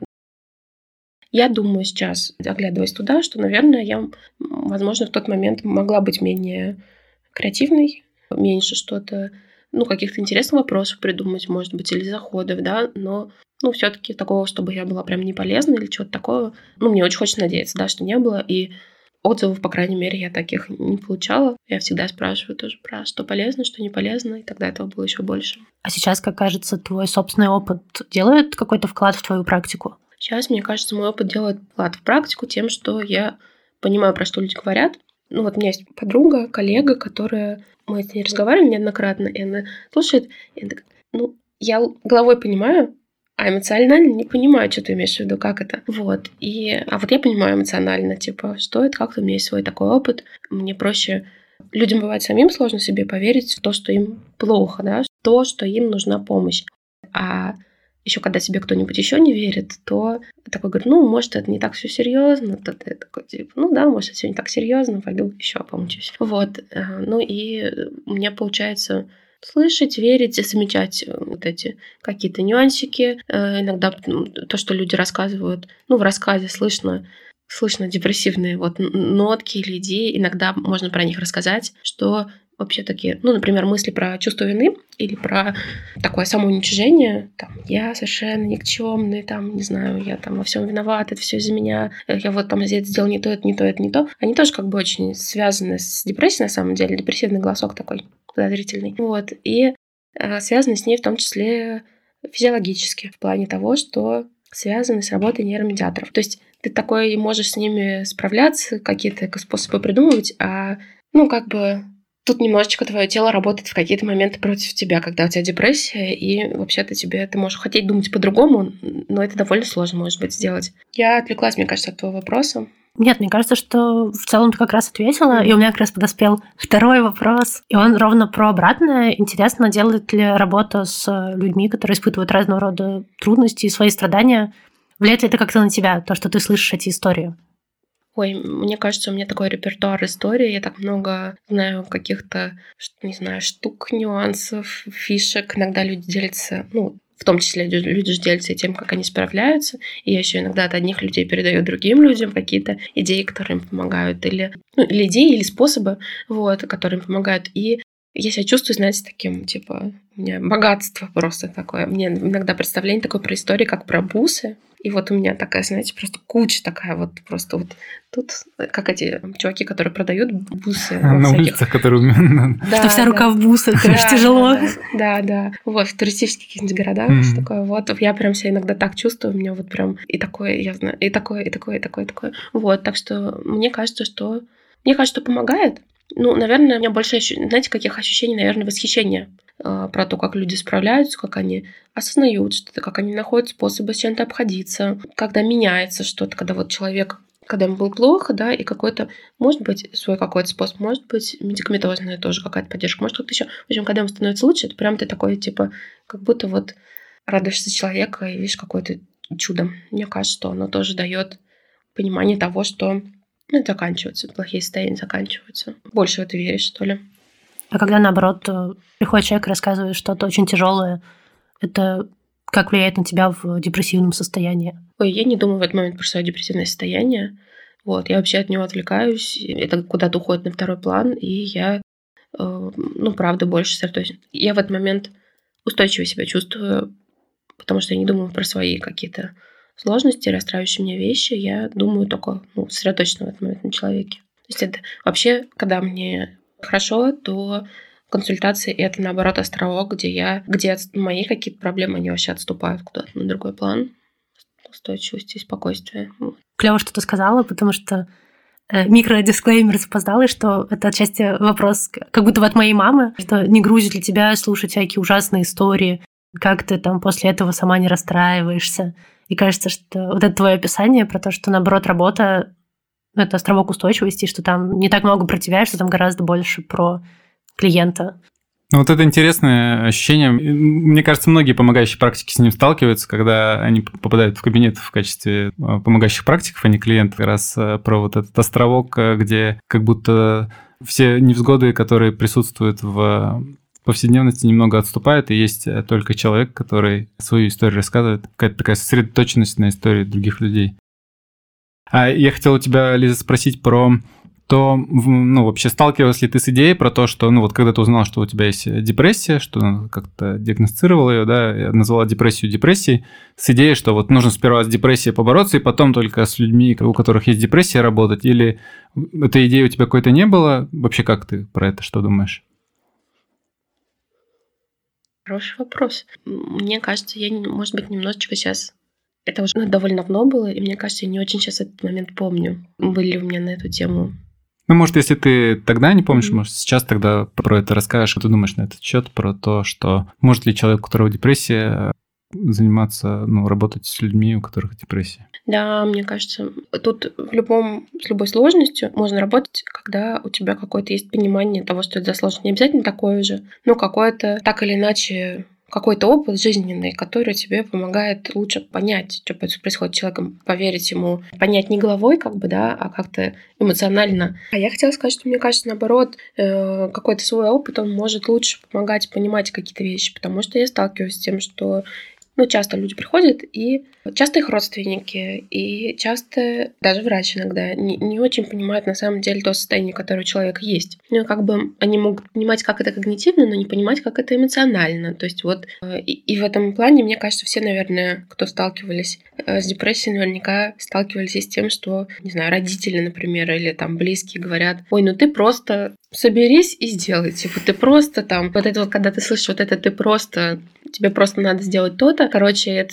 Я думаю сейчас, оглядываясь туда, что, наверное, я, возможно, в тот момент могла быть менее креативной, меньше что-то, каких-то интересных вопросов придумать, может быть, или заходов, да, но все-таки такого, чтобы я была прям не полезна или чего-то такого, мне очень хочется надеяться, да, что не было, и отзывов, по крайней мере, я таких не получала. Я всегда спрашиваю тоже про что полезно, что не полезно, и тогда этого было еще больше. А сейчас, как кажется, твой собственный опыт делает какой-то вклад в твою практику? Сейчас, мне кажется, мой опыт делает вклад в практику тем, что я понимаю, про что люди говорят. У меня есть подруга, коллега, которая... Мы с ней разговаривали неоднократно, и она слушает, и она такая, я головой понимаю, а эмоционально не понимаю, что ты имеешь в виду, как это. А я понимаю эмоционально, типа, что это, как-то у меня есть свой такой опыт. Мне проще... Людям бывает самим сложно себе поверить в то, что им плохо, да, то, что им нужна помощь. А еще когда тебе кто-нибудь еще не верит, то такой говорит, может, это не так все серьезно, то ты такой, типа, да, может, это все не так серьезно, пойду еще помучусь. И у меня получается слышать, верить, замечать вот эти какие-то нюансики. Иногда то, что люди рассказывают, в рассказе слышно депрессивные нотки или идеи. Иногда можно про них рассказать, что вообще такие, например, мысли про чувство вины или про такое самоуничижение. Там, я совершенно никчемный, там, не знаю, я там во всем виноват, это все из-за меня, я там сделал не то, это не то, это не то. Они тоже как бы очень связаны с депрессией, на самом деле, депрессивный голосок такой подозрительный. И связаны с ней в том числе физиологически, в плане того, что связаны с работой нейромедиаторов. То есть ты такой можешь с ними справляться, какие-то способы придумывать, а тут немножечко твое тело работает в какие-то моменты против тебя, когда у тебя депрессия, и вообще-то ты можешь хотеть думать по-другому, но это довольно сложно, может быть, сделать. Я отвлеклась, мне кажется, от твоего вопроса. Нет, мне кажется, что в целом ты как раз ответила, и у меня как раз подоспел второй вопрос, и он ровно про обратное. Интересно, делает ли работа с людьми, которые испытывают разного рода трудности и свои страдания, влияет ли это как-то на тебя, то, что ты слышишь эти истории? Ой, мне кажется, у меня такой репертуар историй, я так много знаю каких-то, не знаю, штук, нюансов, фишек. Иногда люди делятся, в том числе люди же делятся тем, как они справляются. И я еще иногда от одних людей передаю другим людям какие-то идеи, которые им помогают, или идеи, или способы, которые им помогают. И я себя чувствую, знаете, таким, типа, у меня богатство просто такое. Мне иногда представление такое про истории, как про бусы. И у меня такая, знаете, просто куча такая просто тут, как эти чуваки, которые продают бусы. На улицах, которые... Да, что вся рука в бусы, это же тяжело. Да. В туристических каких-нибудь городах такое. Я прям себя иногда так чувствую, у меня прям и такое, я знаю, и такое. Так что мне кажется, что помогает. Наверное, у меня больше, знаете, каких ощущений, наверное, восхищения про то, как люди справляются, как они осознают что-то, как они находят способы с чем-то обходиться, когда меняется что-то, когда человек, когда ему было плохо, да, и какой-то, может быть, свой какой-то способ, может быть, медикаментозная тоже какая-то поддержка, может, как-то еще. В общем, когда ему становится лучше, это прям ты такой, типа, как будто радуешься человека и видишь какое-то чудо. Мне кажется, что оно тоже дает понимание того, что заканчиваются, плохие состояния заканчиваются. Больше в это веришь, что ли. А когда, наоборот, приходит человек и рассказывает что-то очень тяжелое, это как влияет на тебя в депрессивном состоянии? Ой, я не думаю в этот момент про свое депрессивное состояние. Вот, я вообще от него отвлекаюсь, это куда-то уходит на второй план, и я, правда, больше сосредоточена. Я в этот момент устойчиво себя чувствую, потому что я не думаю про свои какие-то сложности, расстраивающие меня вещи. Я думаю только сосредоточенно в этот момент на человеке. То есть это вообще, когда мне хорошо, то консультации — это, наоборот, островок, где мои какие-то проблемы, они вообще отступают куда-то на другой план. Устойчивости и спокойствия. Клево, что ты сказала, потому что микро-дисклеймер запоздалый, что это отчасти вопрос как будто от моей мамы, что не грузит ли тебя слушать всякие ужасные истории, как ты там после этого сама не расстраиваешься. И кажется, что вот это твое описание про то, что, наоборот, работа — это островок устойчивости, что там не так много про тебя, что там гораздо больше про клиента. Вот это интересное ощущение. Мне кажется, многие помогающие практики с ним сталкиваются, когда они попадают в кабинет в качестве помогающих практиков, а не клиентов. Как раз про вот этот островок, где как будто все невзгоды, которые присутствуют в повседневности, немного отступают, и есть только человек, который свою историю рассказывает. Какая-то такая сосредоточенность на истории других людей. А я хотел у тебя, Лиза, спросить про то, вообще сталкивалась ли ты с идеей про то, что, когда ты узнала, что у тебя есть депрессия, что как-то диагностировала ее, да, назвала депрессию депрессией, с идеей, что вот нужно сперва с депрессией побороться, и потом только с людьми, у которых есть депрессия, работать, или этой идеи у тебя какой-то не было? Вообще, как ты про это что думаешь? Хороший вопрос. Мне кажется, я, может быть, немножечко сейчас... Это уже довольно давно было, и мне кажется, я не очень сейчас этот момент помню. Были у меня на эту тему... Может, если ты тогда не помнишь, может, сейчас тогда про это расскажешь, что ты думаешь на этот счет, про то, что может ли человек, у которого депрессия, заниматься, работать с людьми, у которых депрессия? Да, мне кажется, тут с любой сложностью можно работать, когда у тебя какое-то есть понимание того, что это за сложность. Не обязательно такое же, но какое-то, так или иначе, какой-то опыт жизненный, который тебе помогает лучше понять, что происходит с человеком, поверить ему, понять не головой, а как-то эмоционально. А я хотела сказать, что мне кажется, наоборот, какой-то свой опыт, он может лучше помогать понимать какие-то вещи, потому что я сталкиваюсь с тем, что часто люди приходят, и часто их родственники, и часто даже врач иногда не очень понимают на самом деле то состояние, которое у человека есть. Они могут понимать, как это когнитивно, но не понимать, как это эмоционально. То есть и в этом плане, мне кажется, все, наверное, кто сталкивались с депрессией, наверняка сталкивались и с тем, что, не знаю, родители, например, или там близкие говорят: ой, ты просто соберись и сделай. Ты просто там... когда ты слышишь ты просто... Тебе просто надо сделать то-то. Короче, это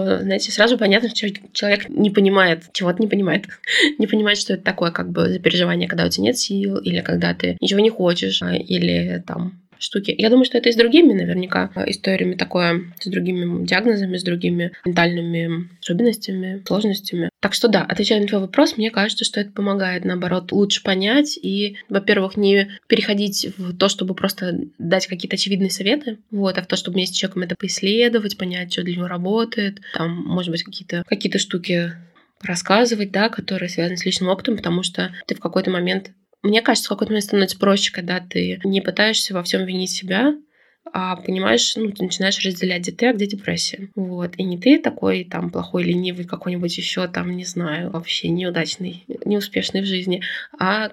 сразу понятно, что человек не понимает, чего-то не понимает. Не понимает, что это такое, за переживание, когда у тебя нет сил, или когда ты ничего не хочешь, или там штуки. Я думаю, что это и с другими, наверняка, историями такое, с другими диагнозами, с другими ментальными особенностями, сложностями. Так что да, отвечая на твой вопрос, мне кажется, что это помогает, наоборот, лучше понять и, во-первых, не переходить в то, чтобы просто дать какие-то очевидные советы, а в то, чтобы вместе с человеком это поисследовать, понять, что для него работает, там, может быть, какие-то штуки рассказывать, да, которые связаны с личным опытом, потому что ты в какой-то момент... Мне кажется, в какой-то момент становится проще, когда ты не пытаешься во всем винить себя, а понимаешь, ты начинаешь разделять, где ты, а где депрессия. И не ты такой там плохой, ленивый, какой-нибудь еще там, не знаю, вообще неудачный, неуспешный в жизни, а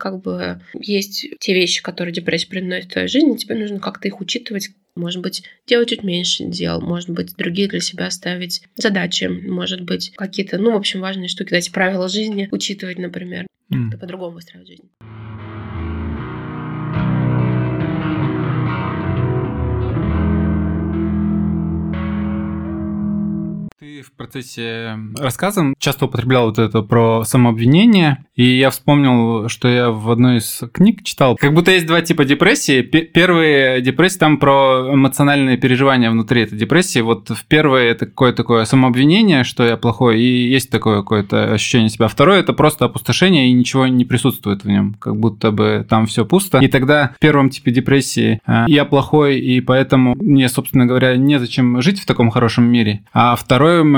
есть те вещи, которые депрессия приносит в твою жизнь, и тебе нужно как-то их учитывать. Может быть, делать чуть меньше дел, может быть, другие для себя ставить задачи, может быть, какие-то, важные штуки, эти правила жизни учитывать, например, как-то по-другому выстраивать жизнь. Ты в процессе рассказа часто употреблял это про самообвинение, и я вспомнил, что я в одной из книг читал. Как будто есть два типа депрессии. Первая депрессия там про эмоциональные переживания внутри этой депрессии. В первой это какое-то такое самообвинение, что я плохой, и есть такое какое-то ощущение себя. Второе это просто опустошение, и ничего не присутствует в нем, как будто бы там все пусто. И тогда в первом типе депрессии я плохой, и поэтому мне, собственно говоря, незачем жить в таком хорошем мире. А второй момент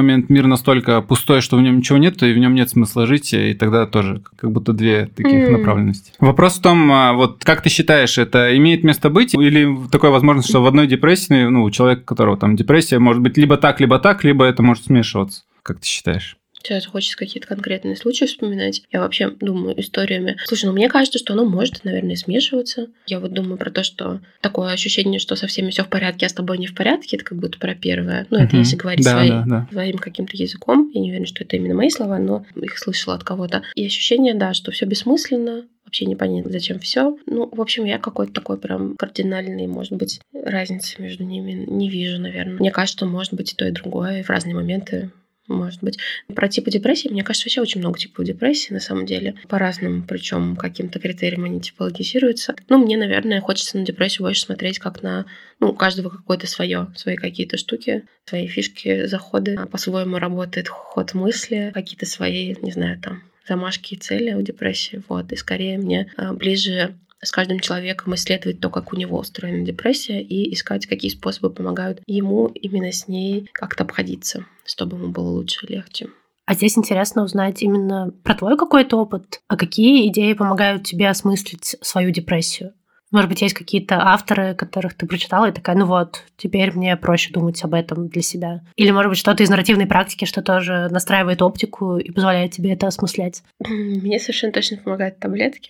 момент мир настолько пустой, что в нем ничего нет, и в нем нет смысла жить, и тогда тоже как будто две таких направленности. Вопрос в том, вот как ты считаешь, это имеет место быть, или такое возможность, что в одной депрессии, у человека, у которого там депрессия, может быть либо так, либо это может смешиваться? Как ты считаешь? Сейчас хочется какие-то конкретные случаи вспоминать. Я вообще думаю историями. Слушай, мне кажется, что оно может, наверное, смешиваться. Я вот думаю про то, что такое ощущение, что со всеми все в порядке, а с тобой не в порядке, это как будто про первое. Это если говорить своим каким-то языком. Я не уверена, что это именно мои слова, но их слышала от кого-то. И ощущение, да, что все бессмысленно, вообще непонятно, зачем все. В общем, я какой-то такой прям кардинальной, может быть, разницы между ними не вижу, наверное. Мне кажется, что может быть и то, и другое, и в разные моменты. Может быть. Про типы депрессии, мне кажется, вообще очень много типов депрессии, на самом деле. По разным, причем каким-то критериям они типологизируются. Мне, наверное, хочется на депрессию больше смотреть как на... у каждого какое-то свое, свои какие-то штуки, свои фишки, заходы. По-своему работает ход мысли, какие-то свои, не знаю, там, замашки и цели у депрессии. И скорее мне ближе с каждым человеком исследовать то, как у него устроена депрессия, и искать, какие способы помогают ему именно с ней как-то обходиться, чтобы ему было лучше и легче. А здесь интересно узнать именно про твой какой-то опыт, а какие идеи помогают тебе осмыслить свою депрессию? Может быть, есть какие-то авторы, которых ты прочитала, и такая, теперь мне проще думать об этом для себя. Или, может быть, что-то из нарративной практики, что тоже настраивает оптику и позволяет тебе это осмыслять. Мне совершенно точно помогают таблетки.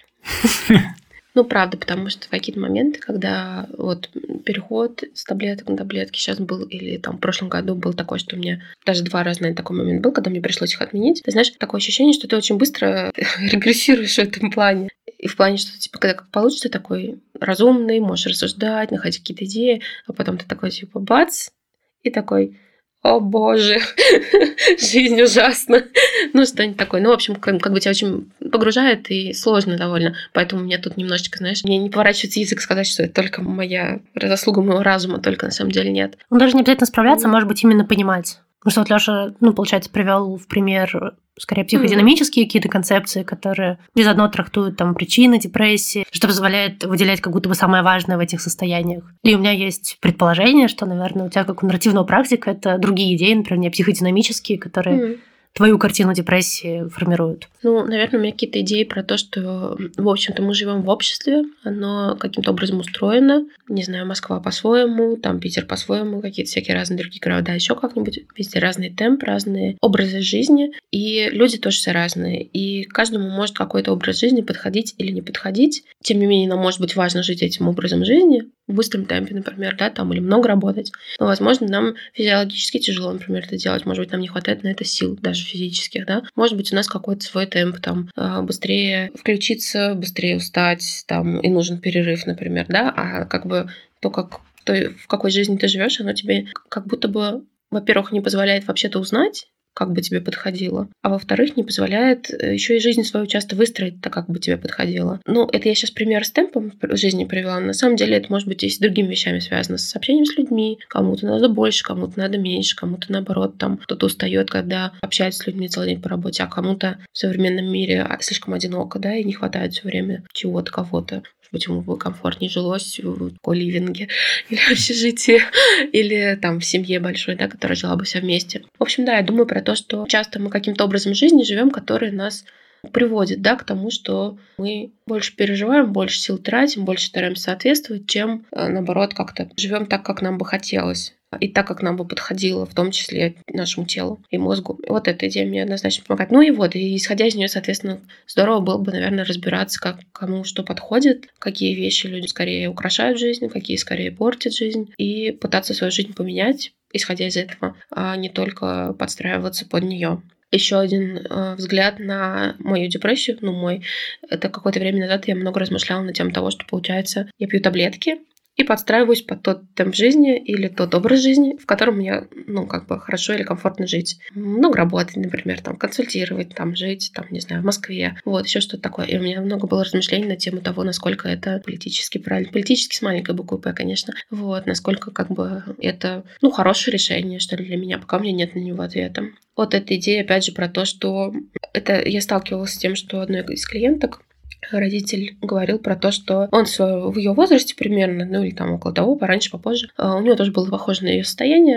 Правда, потому что в какие-то моменты, когда переход с таблеток на таблетки сейчас был, или там в прошлом году был такой, что у меня даже 2 раза, наверное, такой момент был, когда мне пришлось их отменить. Ты знаешь, такое ощущение, что ты очень быстро регрессируешь в этом плане. И в плане, что когда как получится, такой разумный, можешь рассуждать, находить какие-то идеи, а потом ты такой бац, и такой... О боже, жизнь ужасна. Что-нибудь такое. В общем, как бы тебя очень погружает и сложно довольно. Поэтому у меня тут немножечко, мне не поворачивается язык сказать, что это только моя заслуга моего разума, только на самом деле нет. Даже не обязательно справляться, может быть, именно понимать. Потому что Лёша, получается, привел в пример скорее психодинамические какие-то концепции, которые заодно трактуют там причины депрессии, что позволяет выделять как будто бы самое важное в этих состояниях. И у меня есть предположение, что, наверное, у тебя как у нарративного практика это другие идеи, например, не психодинамические, которые твою картину депрессии формируют. Наверное, у меня какие-то идеи про то, что, в общем-то, мы живем в обществе, оно каким-то образом устроено. Не знаю, Москва по-своему, там Питер по-своему, какие-то всякие разные другие города, еще как-нибудь. Везде разный темп, разные образы жизни, и люди тоже все разные. И каждому может какой-то образ жизни подходить или не подходить. Тем не менее, нам может быть важно жить этим образом жизни в быстром темпе, например, или много работать. Но, возможно, нам физиологически тяжело, например, это делать. Может быть, нам не хватает на это сил, даже физических, Может быть, у нас какой-то свой темп, быстрее включиться, быстрее устать, и нужен перерыв, например, А как бы в какой жизни ты живешь, оно тебе как будто бы, во-первых, не позволяет вообще-то узнать, как бы тебе подходило, а во-вторых, не позволяет еще и жизнь свою часто выстроить так, как бы тебе подходило. Это я сейчас пример с темпом жизни привела. На самом деле это может быть и с другими вещами связано, с общением с людьми. Кому-то надо больше, кому-то надо меньше, кому-то наоборот, кто-то устает, когда общается с людьми целый день по работе, а кому-то в современном мире слишком одиноко, и не хватает все время чего-то, кого-то. Быть, ему бы комфортнее жилось в коливинге или в общежитии, или в семье большой, которая жила бы все вместе. В общем, я думаю про то, что часто мы каким-то образом жизни живем, который нас приводит, к тому, что мы больше переживаем, больше сил тратим, больше стараемся соответствовать, чем, наоборот, как-то живем так, как нам бы хотелось. И так, как нам бы подходило, в том числе нашему телу и мозгу. Эта идея мне однозначно помогает. И исходя из нее, соответственно, здорово было бы, наверное, разбираться, как кому что подходит, какие вещи люди скорее украшают жизнь, какие скорее портят жизнь, и пытаться свою жизнь поменять, исходя из этого, а не только подстраиваться под нее. Еще один взгляд на мою депрессию, это какое-то время назад я много размышляла на тему того, что, получается, я пью таблетки, и подстраиваюсь под тот темп жизни или тот образ жизни, в котором мне, хорошо или комфортно жить. Много работать, например, консультировать, жить, не знаю, в Москве. Еще что-то такое. И у меня много было размышлений на тему того, насколько это политически правильно. Политически с маленькой буквы «П», конечно. Насколько, это, хорошее решение, что ли, для меня, пока у меня нет на него ответа. Эта идея, опять же, про то, что... Я сталкивалась с тем, что одной из клиенток родитель говорил про то, что он в ее возрасте примерно, или около того, пораньше, попозже, у него тоже было похоже на ее состояние,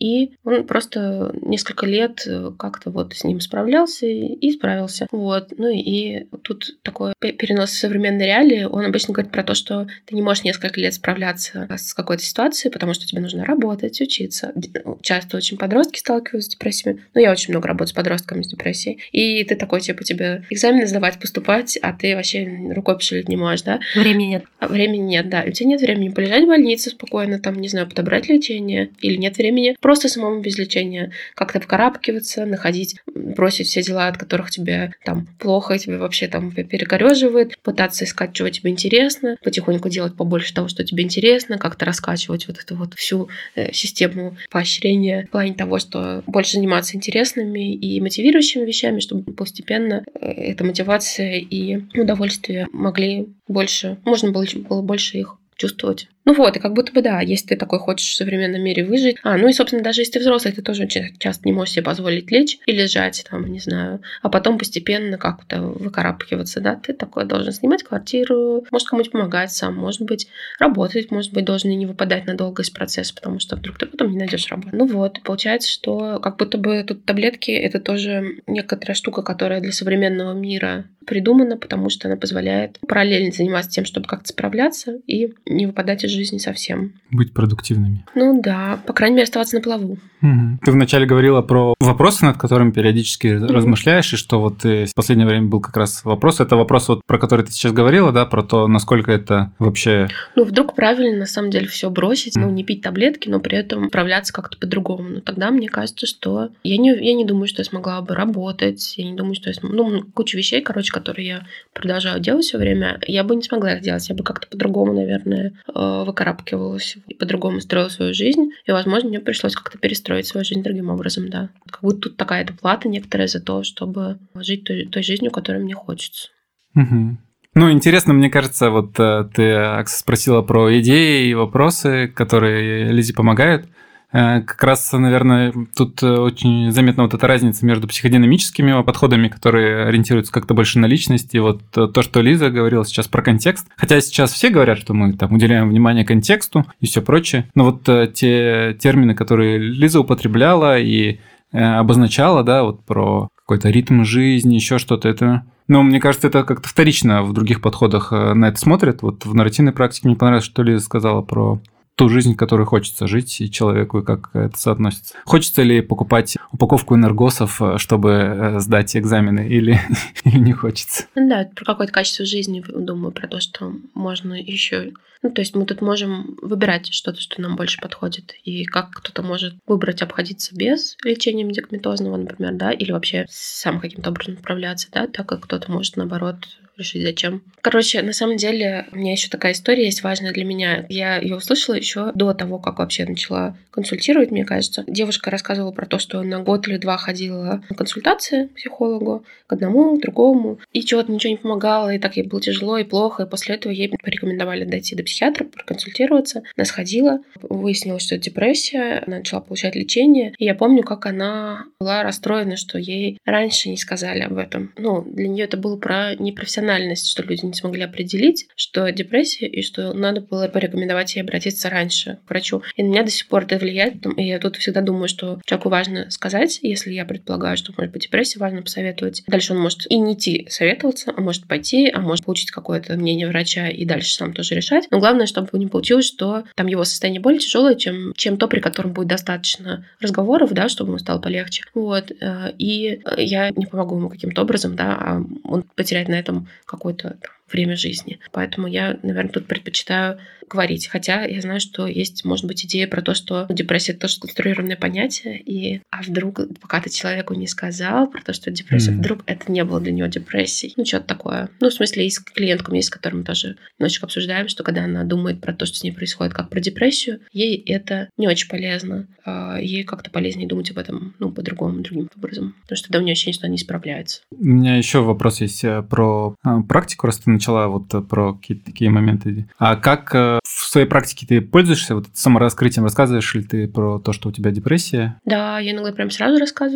и он просто несколько лет как-то вот с ним справлялся и справился. Вот. Ну и тут такой перенос в современной реалии, он обычно говорит про то, что ты не можешь несколько лет справляться с какой-то ситуацией, потому что тебе нужно работать, учиться. Часто очень подростки сталкиваются с депрессиями. Ну, я очень много работаю с подростками с депрессией. И ты такой, типа, тебе экзамены сдавать, поступать, а ты вообще рукой пошевелить не можешь, да? Времени нет. Времени нет, да. У тебя нет времени полежать в больнице спокойно, там, не знаю, подобрать лечение, или нет времени просто самому без лечения как-то вкарабкиваться, находить, бросить все дела, от которых тебе там плохо, тебе вообще там перекореживает, пытаться искать, чего тебе интересно, потихоньку делать побольше того, что тебе интересно, как-то раскачивать вот эту вот всю систему поощрения в плане того, что больше заниматься интересными и мотивирующими вещами, чтобы постепенно эта мотивация и удовольствие могли больше, можно было больше их чувствовать. Ну вот, и как будто бы да, если ты такой хочешь в современном мире выжить. Ну и, собственно, даже если ты взрослый, ты тоже очень часто не можешь себе позволить лечь и лежать, там, не знаю, а потом постепенно как-то выкарабкиваться, да. Ты такой должен снимать квартиру, может кому-нибудь помогать сам, может быть, работать, может быть, должен и не выпадать надолго из процесса, потому что вдруг ты потом не найдешь работу. Ну вот, получается, что как будто бы тут таблетки — это тоже некоторая штука, которая для современного мира придумана, потому что она позволяет параллельно заниматься тем, чтобы как-то справляться и не выпадать из жизни совсем. Быть продуктивными. Ну да, по крайней мере, оставаться на плаву. Угу. Ты вначале говорила про вопросы, над которыми периодически размышляешь, и что вот в последнее время был как раз вопрос. Это вопрос, вот, про который ты сейчас говорила, да, про то, насколько это вообще... Ну, вдруг правильно, на самом деле, все бросить, не пить таблетки, но при этом справляться как-то по-другому. Но тогда мне кажется, что я не думаю, что я смогла бы работать, я не думаю, что я смогла... кучу вещей, которые я продолжаю делать все время, я бы не смогла их делать. Я бы как-то по-другому, наверное, выкарабкивалась и по-другому строила свою жизнь. И, возможно, мне пришлось как-то перестроить свою жизнь другим образом, да. Как будто тут такая-то плата некоторая за то, чтобы жить той жизнью, которой мне хочется. Угу. Ну, интересно, мне кажется, вот ты, Акса, спросила про идеи и вопросы, которые Лизе помогают. Как раз, наверное, тут очень заметна вот эта разница между психодинамическими подходами, которые ориентируются как-то больше на личность, и вот то, что Лиза говорила сейчас про контекст. Хотя сейчас все говорят, что мы там уделяем внимание контексту и все прочее. Но вот те термины, которые Лиза употребляла и обозначала, да, вот про какой-то ритм жизни, еще что-то, это... Но мне кажется, это как-то вторично в других подходах на это смотрят. Вот в нарративной практике мне понравилось, что Лиза сказала про ту жизнь, которой хочется жить и человеку, и как это соотносится. Хочется ли покупать упаковку энергосов, чтобы сдать экзамены, или не хочется? Да, про какое-то качество жизни думаю, про то, что можно еще... Ну, то есть мы тут можем выбирать что-то, что нам больше подходит. И как кто-то может выбрать обходиться без лечения медикаментозного, например, да, или вообще сам каким-то образом справляться, да, так как кто-то может, наоборот, решить, зачем. Короче, на самом деле, у меня еще такая история есть важная для меня. Я ее услышала еще до того, как вообще начала консультировать, мне кажется. Девушка рассказывала про то, что на год или два ходила на консультации к психологу, к одному, к другому, и чего-то ничего не помогало, и так ей было тяжело и плохо, и после этого ей порекомендовали дойти до психиатра, проконсультироваться. Она сходила, выяснилось, что это депрессия, она начала получать лечение, и я помню, как она была расстроена, что ей раньше не сказали об этом. Ну, для нее это было про непрофессиональность, что люди не смогли определить, что депрессия, и что надо было порекомендовать ей обратиться раньше к врачу. И на меня до сих пор это влияет, и я тут всегда думаю, что человеку важно сказать, если я предполагаю, что может быть депрессия, важно посоветовать. Дальше он может и не идти советоваться, а может пойти, а может получить какое-то мнение врача и дальше сам тоже решать. Но главное, чтобы не получилось, что там его состояние более тяжелое, чем то, при котором будет достаточно разговоров, да, чтобы ему стало полегче. Вот. И я не помогу ему каким-то образом, да, а он потеряет на этом какое-то время жизни. Поэтому я, наверное, тут предпочитаю говорить. Хотя я знаю, что есть, может быть, идея про то, что депрессия — это тоже сконструированное понятие, а вдруг, пока ты человеку не сказал про то, что это депрессия, вдруг это не было для него депрессией. Ну, что-то такое. Ну, в смысле, есть клиентка у меня, с которой мы тоже немножечко обсуждаем, что когда она думает про то, что с ней происходит, как про депрессию, ей это не очень полезно. Ей как-то полезнее думать об этом, ну, по-другому, другим образом. Потому что тогда у нее ощущение, что она не справляется. У меня еще вопрос есть про практику, раз ты начала вот про какие-то такие моменты. А как в своей практике ты пользуешься вот самораскрытием? Рассказываешь ли ты про то, что у тебя депрессия? Да, я иногда прям сразу рассказываю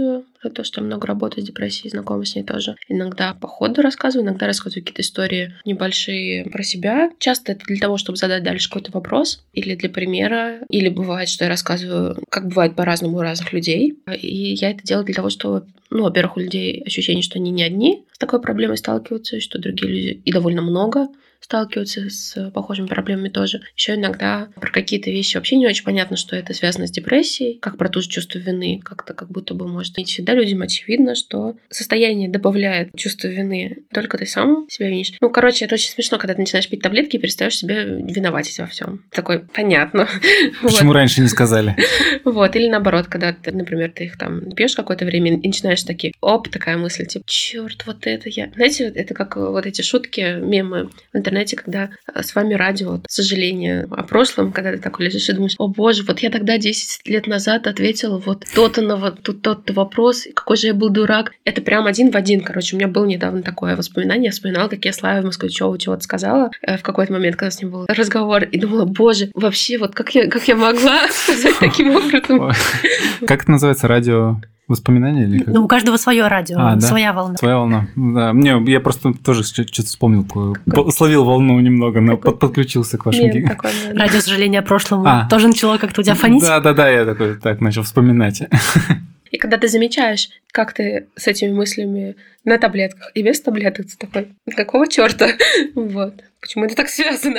то, что я много работаю с депрессией, знакома с ней тоже. Иногда по ходу рассказываю, иногда рассказываю какие-то истории небольшие про себя. Часто это для того, чтобы задать дальше какой-то вопрос или для примера. Или бывает, что я рассказываю, как бывает по-разному у разных людей. И я это делаю для того, чтобы, во-первых, у людей ощущение, что они не одни с такой проблемой сталкиваются, что другие люди, и довольно много, сталкиваются с похожими проблемами тоже. Еще иногда про какие-то вещи вообще не очень понятно, что это связано с депрессией, как про то же чувство вины, как-то как будто бы может. Не всегда людям очевидно, что состояние добавляет чувство вины, только ты сам себя винишь. Это очень смешно, когда ты начинаешь пить таблетки и перестаешь себя виноватить во всем. Такой, понятно. Почему раньше не сказали? Или наоборот, когда ты, например, ты их там пьешь какое-то время и начинаешь такая мысль, черт, вот это я. Знаете, это как вот эти шутки, мемы в интернете, когда с вами радио, сожаление о прошлом, когда ты такой лежишь и думаешь, о боже, вот я тогда 10 лет назад ответила вот то-то на вот тот-то вопрос, какой же я был дурак. Это прям один в один, у меня было недавно такое воспоминание, я вспоминала, как я Славе Москвичеву чего-то сказала в какой-то момент, когда с ним был разговор, и думала, боже, вообще, вот как я могла сказать таким образом. Как это называется, радио? Воспоминания или как? У каждого свое радио, своя волна. Своя волна. Да. Я просто тоже что-то вспомнил, словил волну немного, но подключился к вашим гигам. Радио сожаления о прошлом тоже начало как-то у тебя фонить? Да, я такой начал вспоминать. И когда ты замечаешь, как ты с этими мыслями на таблетках и без таблеток, ты такой, какого черта? Почему это так связано?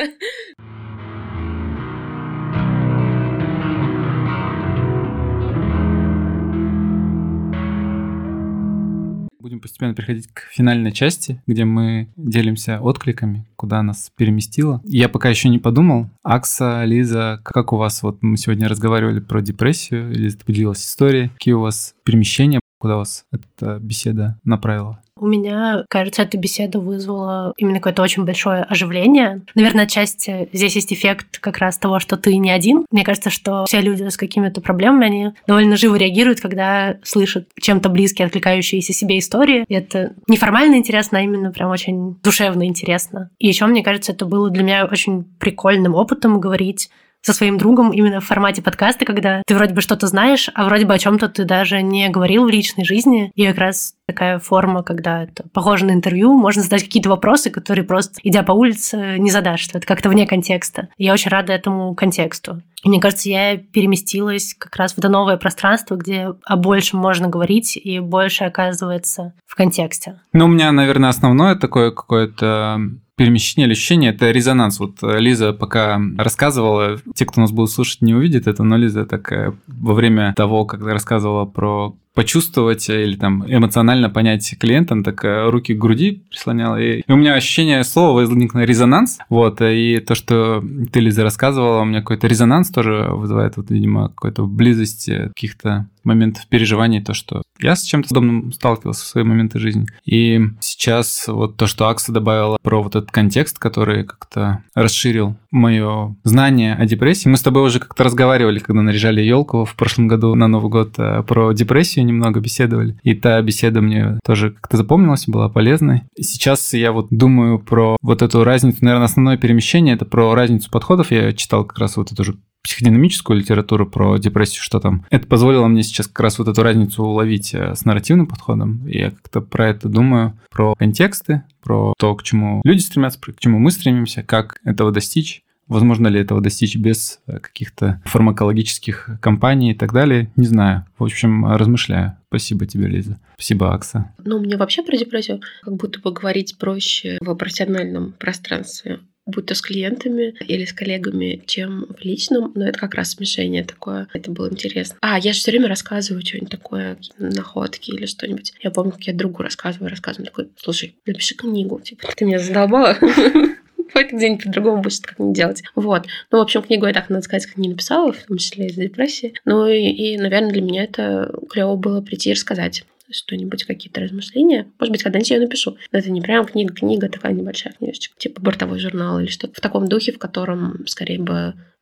Будем постепенно переходить к финальной части, где мы делимся откликами, куда нас переместило. Я пока еще не подумал. Акса, Лиза, как у вас? Мы сегодня разговаривали про депрессию. Лиза поделилась историей. Какие у вас перемещения? Куда вас эта беседа направила? У меня, кажется, эта беседа вызвала именно какое-то очень большое оживление. Наверное, отчасти здесь есть эффект как раз того, что ты не один. Мне кажется, что все люди с какими-то проблемами, они довольно живо реагируют, когда слышат чем-то близкие, откликающиеся себе истории. И это не формально интересно, а именно прям очень душевно интересно. И еще, мне кажется, это было для меня очень прикольным опытом говорить со своим другом именно в формате подкаста, когда ты вроде бы что-то знаешь, а вроде бы о чем-то ты даже не говорил в личной жизни. И как раз такая форма, когда это похоже на интервью, можно задать какие-то вопросы, которые просто, идя по улице, не задашь, что это как-то вне контекста. И я очень рада этому контексту. И мне кажется, я переместилась как раз в это новое пространство, где о большем можно говорить и больше оказывается в контексте. У меня, наверное, основное такое какое-то перемещение или ощущение – это резонанс. Лиза пока рассказывала, те, кто нас будет слушать, не увидят это, но Лиза так во время того, когда рассказывала про почувствовать или эмоционально понять клиента, она так руки к груди прислоняла. И у меня ощущение слова возникло резонанс. И то, что ты, Лиза, рассказывала, у меня какой-то резонанс тоже вызывает, видимо, какую-то близость каких-то моментов переживаний, то, что я с чем-то подобным сталкивался в свои моменты жизни. И сейчас то, что Акса добавила про этот контекст, который как-то расширил мое знание о депрессии. Мы с тобой уже как-то разговаривали, когда наряжали елку в прошлом году на Новый год, про депрессию немного беседовали. И та беседа мне тоже как-то запомнилась, была полезной. И сейчас я думаю про эту разницу. Наверное, основное перемещение – это про разницу подходов. Я читал как раз эту же психодинамическую литературу про депрессию, что там. Это позволило мне сейчас как раз эту разницу уловить с нарративным подходом. И я как-то про это думаю, про контексты, про то, к чему люди стремятся, к чему мы стремимся, как этого достичь. Возможно ли этого достичь без каких-то фармакологических кампаний и так далее? Не знаю. В общем, размышляю. Спасибо тебе, Лиза. Спасибо, Акса. Мне вообще про депрессию как будто бы говорить проще в профессиональном пространстве, будь то с клиентами или с коллегами, чем в личном, но это как раз смешение такое. Это было интересно. Я же все время рассказываю что-нибудь такое, находки или что-нибудь. Я помню, как я другу рассказываю, такой, слушай, напиши книгу, ты меня задолбала. Давай ты где-нибудь по-другому будешь как-нибудь делать. В общем, книгу я так, надо сказать, как не написала, в том числе из-за депрессии. И, наверное, для меня это клево было прийти и рассказать что-нибудь, какие-то размышления. Может быть, когда-нибудь я напишу. Но это не прям книга, такая небольшая книжечка, типа бортовой журнал или что-то в таком духе, в котором скорее бы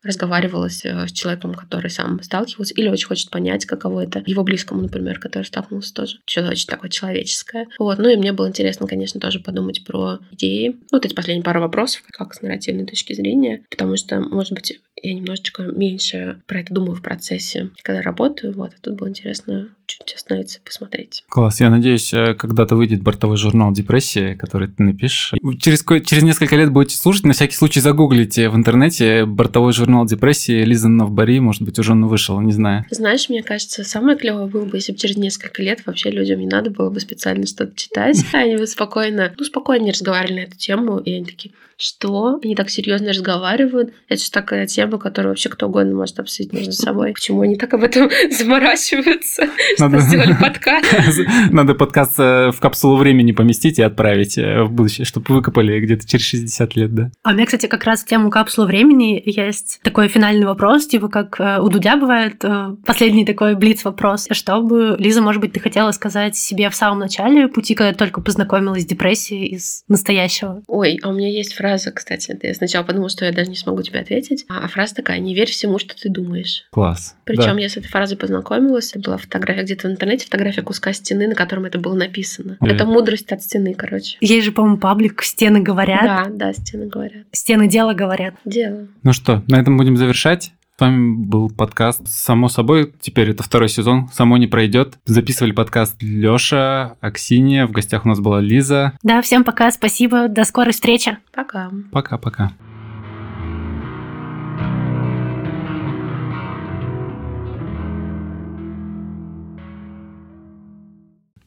разговаривала с человеком, который сам сталкивался, или очень хочет понять, каково это его близкому, например, который столкнулся тоже. Что-то очень такое человеческое. Вот. Ну и мне было интересно, конечно, тоже подумать про идеи. Вот эти последние пару вопросов, как с нарративной точки зрения, потому что, может быть, я немножечко меньше про это думаю в процессе, когда работаю. Вот. А тут было интересно чуть остановиться, посмотреть. Класс. Я надеюсь, когда-то выйдет бортовой журнал «Депрессия», который ты напишешь. Через несколько лет будете слушать, на всякий случай загуглите в интернете бортовой журнал «Депрессия», Лиза Навбари, может быть, уже он вышел, не знаю. Знаешь, мне кажется, самое клевое было бы, если бы через несколько лет вообще людям не надо было бы специально что-то читать, они бы спокойнее разговаривали на эту тему, и они такие: что? Они так серьезно разговаривают? Это же такая тема, которую вообще кто угодно может обсудить между собой. Почему они так об этом заморачиваются? Что сделали подкаст? Надо подкаст в капсулу времени поместить и отправить в будущее, чтобы выкопали где-то через 60 лет, да? А у меня, кстати, как раз в тему капсулы времени есть такой финальный вопрос, типа как у Дудя бывает последний такой блиц-вопрос. Что бы, Лиза, может быть, ты хотела сказать себе в самом начале пути, когда только познакомилась с депрессией из настоящего? Ой, а у меня есть фраза, кстати. Я сначала подумала, что я даже не смогу тебе ответить. А фраза такая: не верь всему, что ты думаешь. Класс. Причем я с этой фразой познакомилась. Это была фотография где-то в интернете, фотография куска стены, на котором это было написано. Это мудрость от стены, короче. Есть же, по-моему, паблик «Стены говорят». Да, стены говорят. Стены дела говорят. Дело. Ну что, на этом будем завершать. С вами был подкаст «Само собой». Теперь это 2-й сезон. «Само не пройдет». Записывали подкаст Лёша, Аксинья. В гостях у нас была Лиза. Да, всем пока, спасибо. До скорой встречи. Пока. Пока-пока.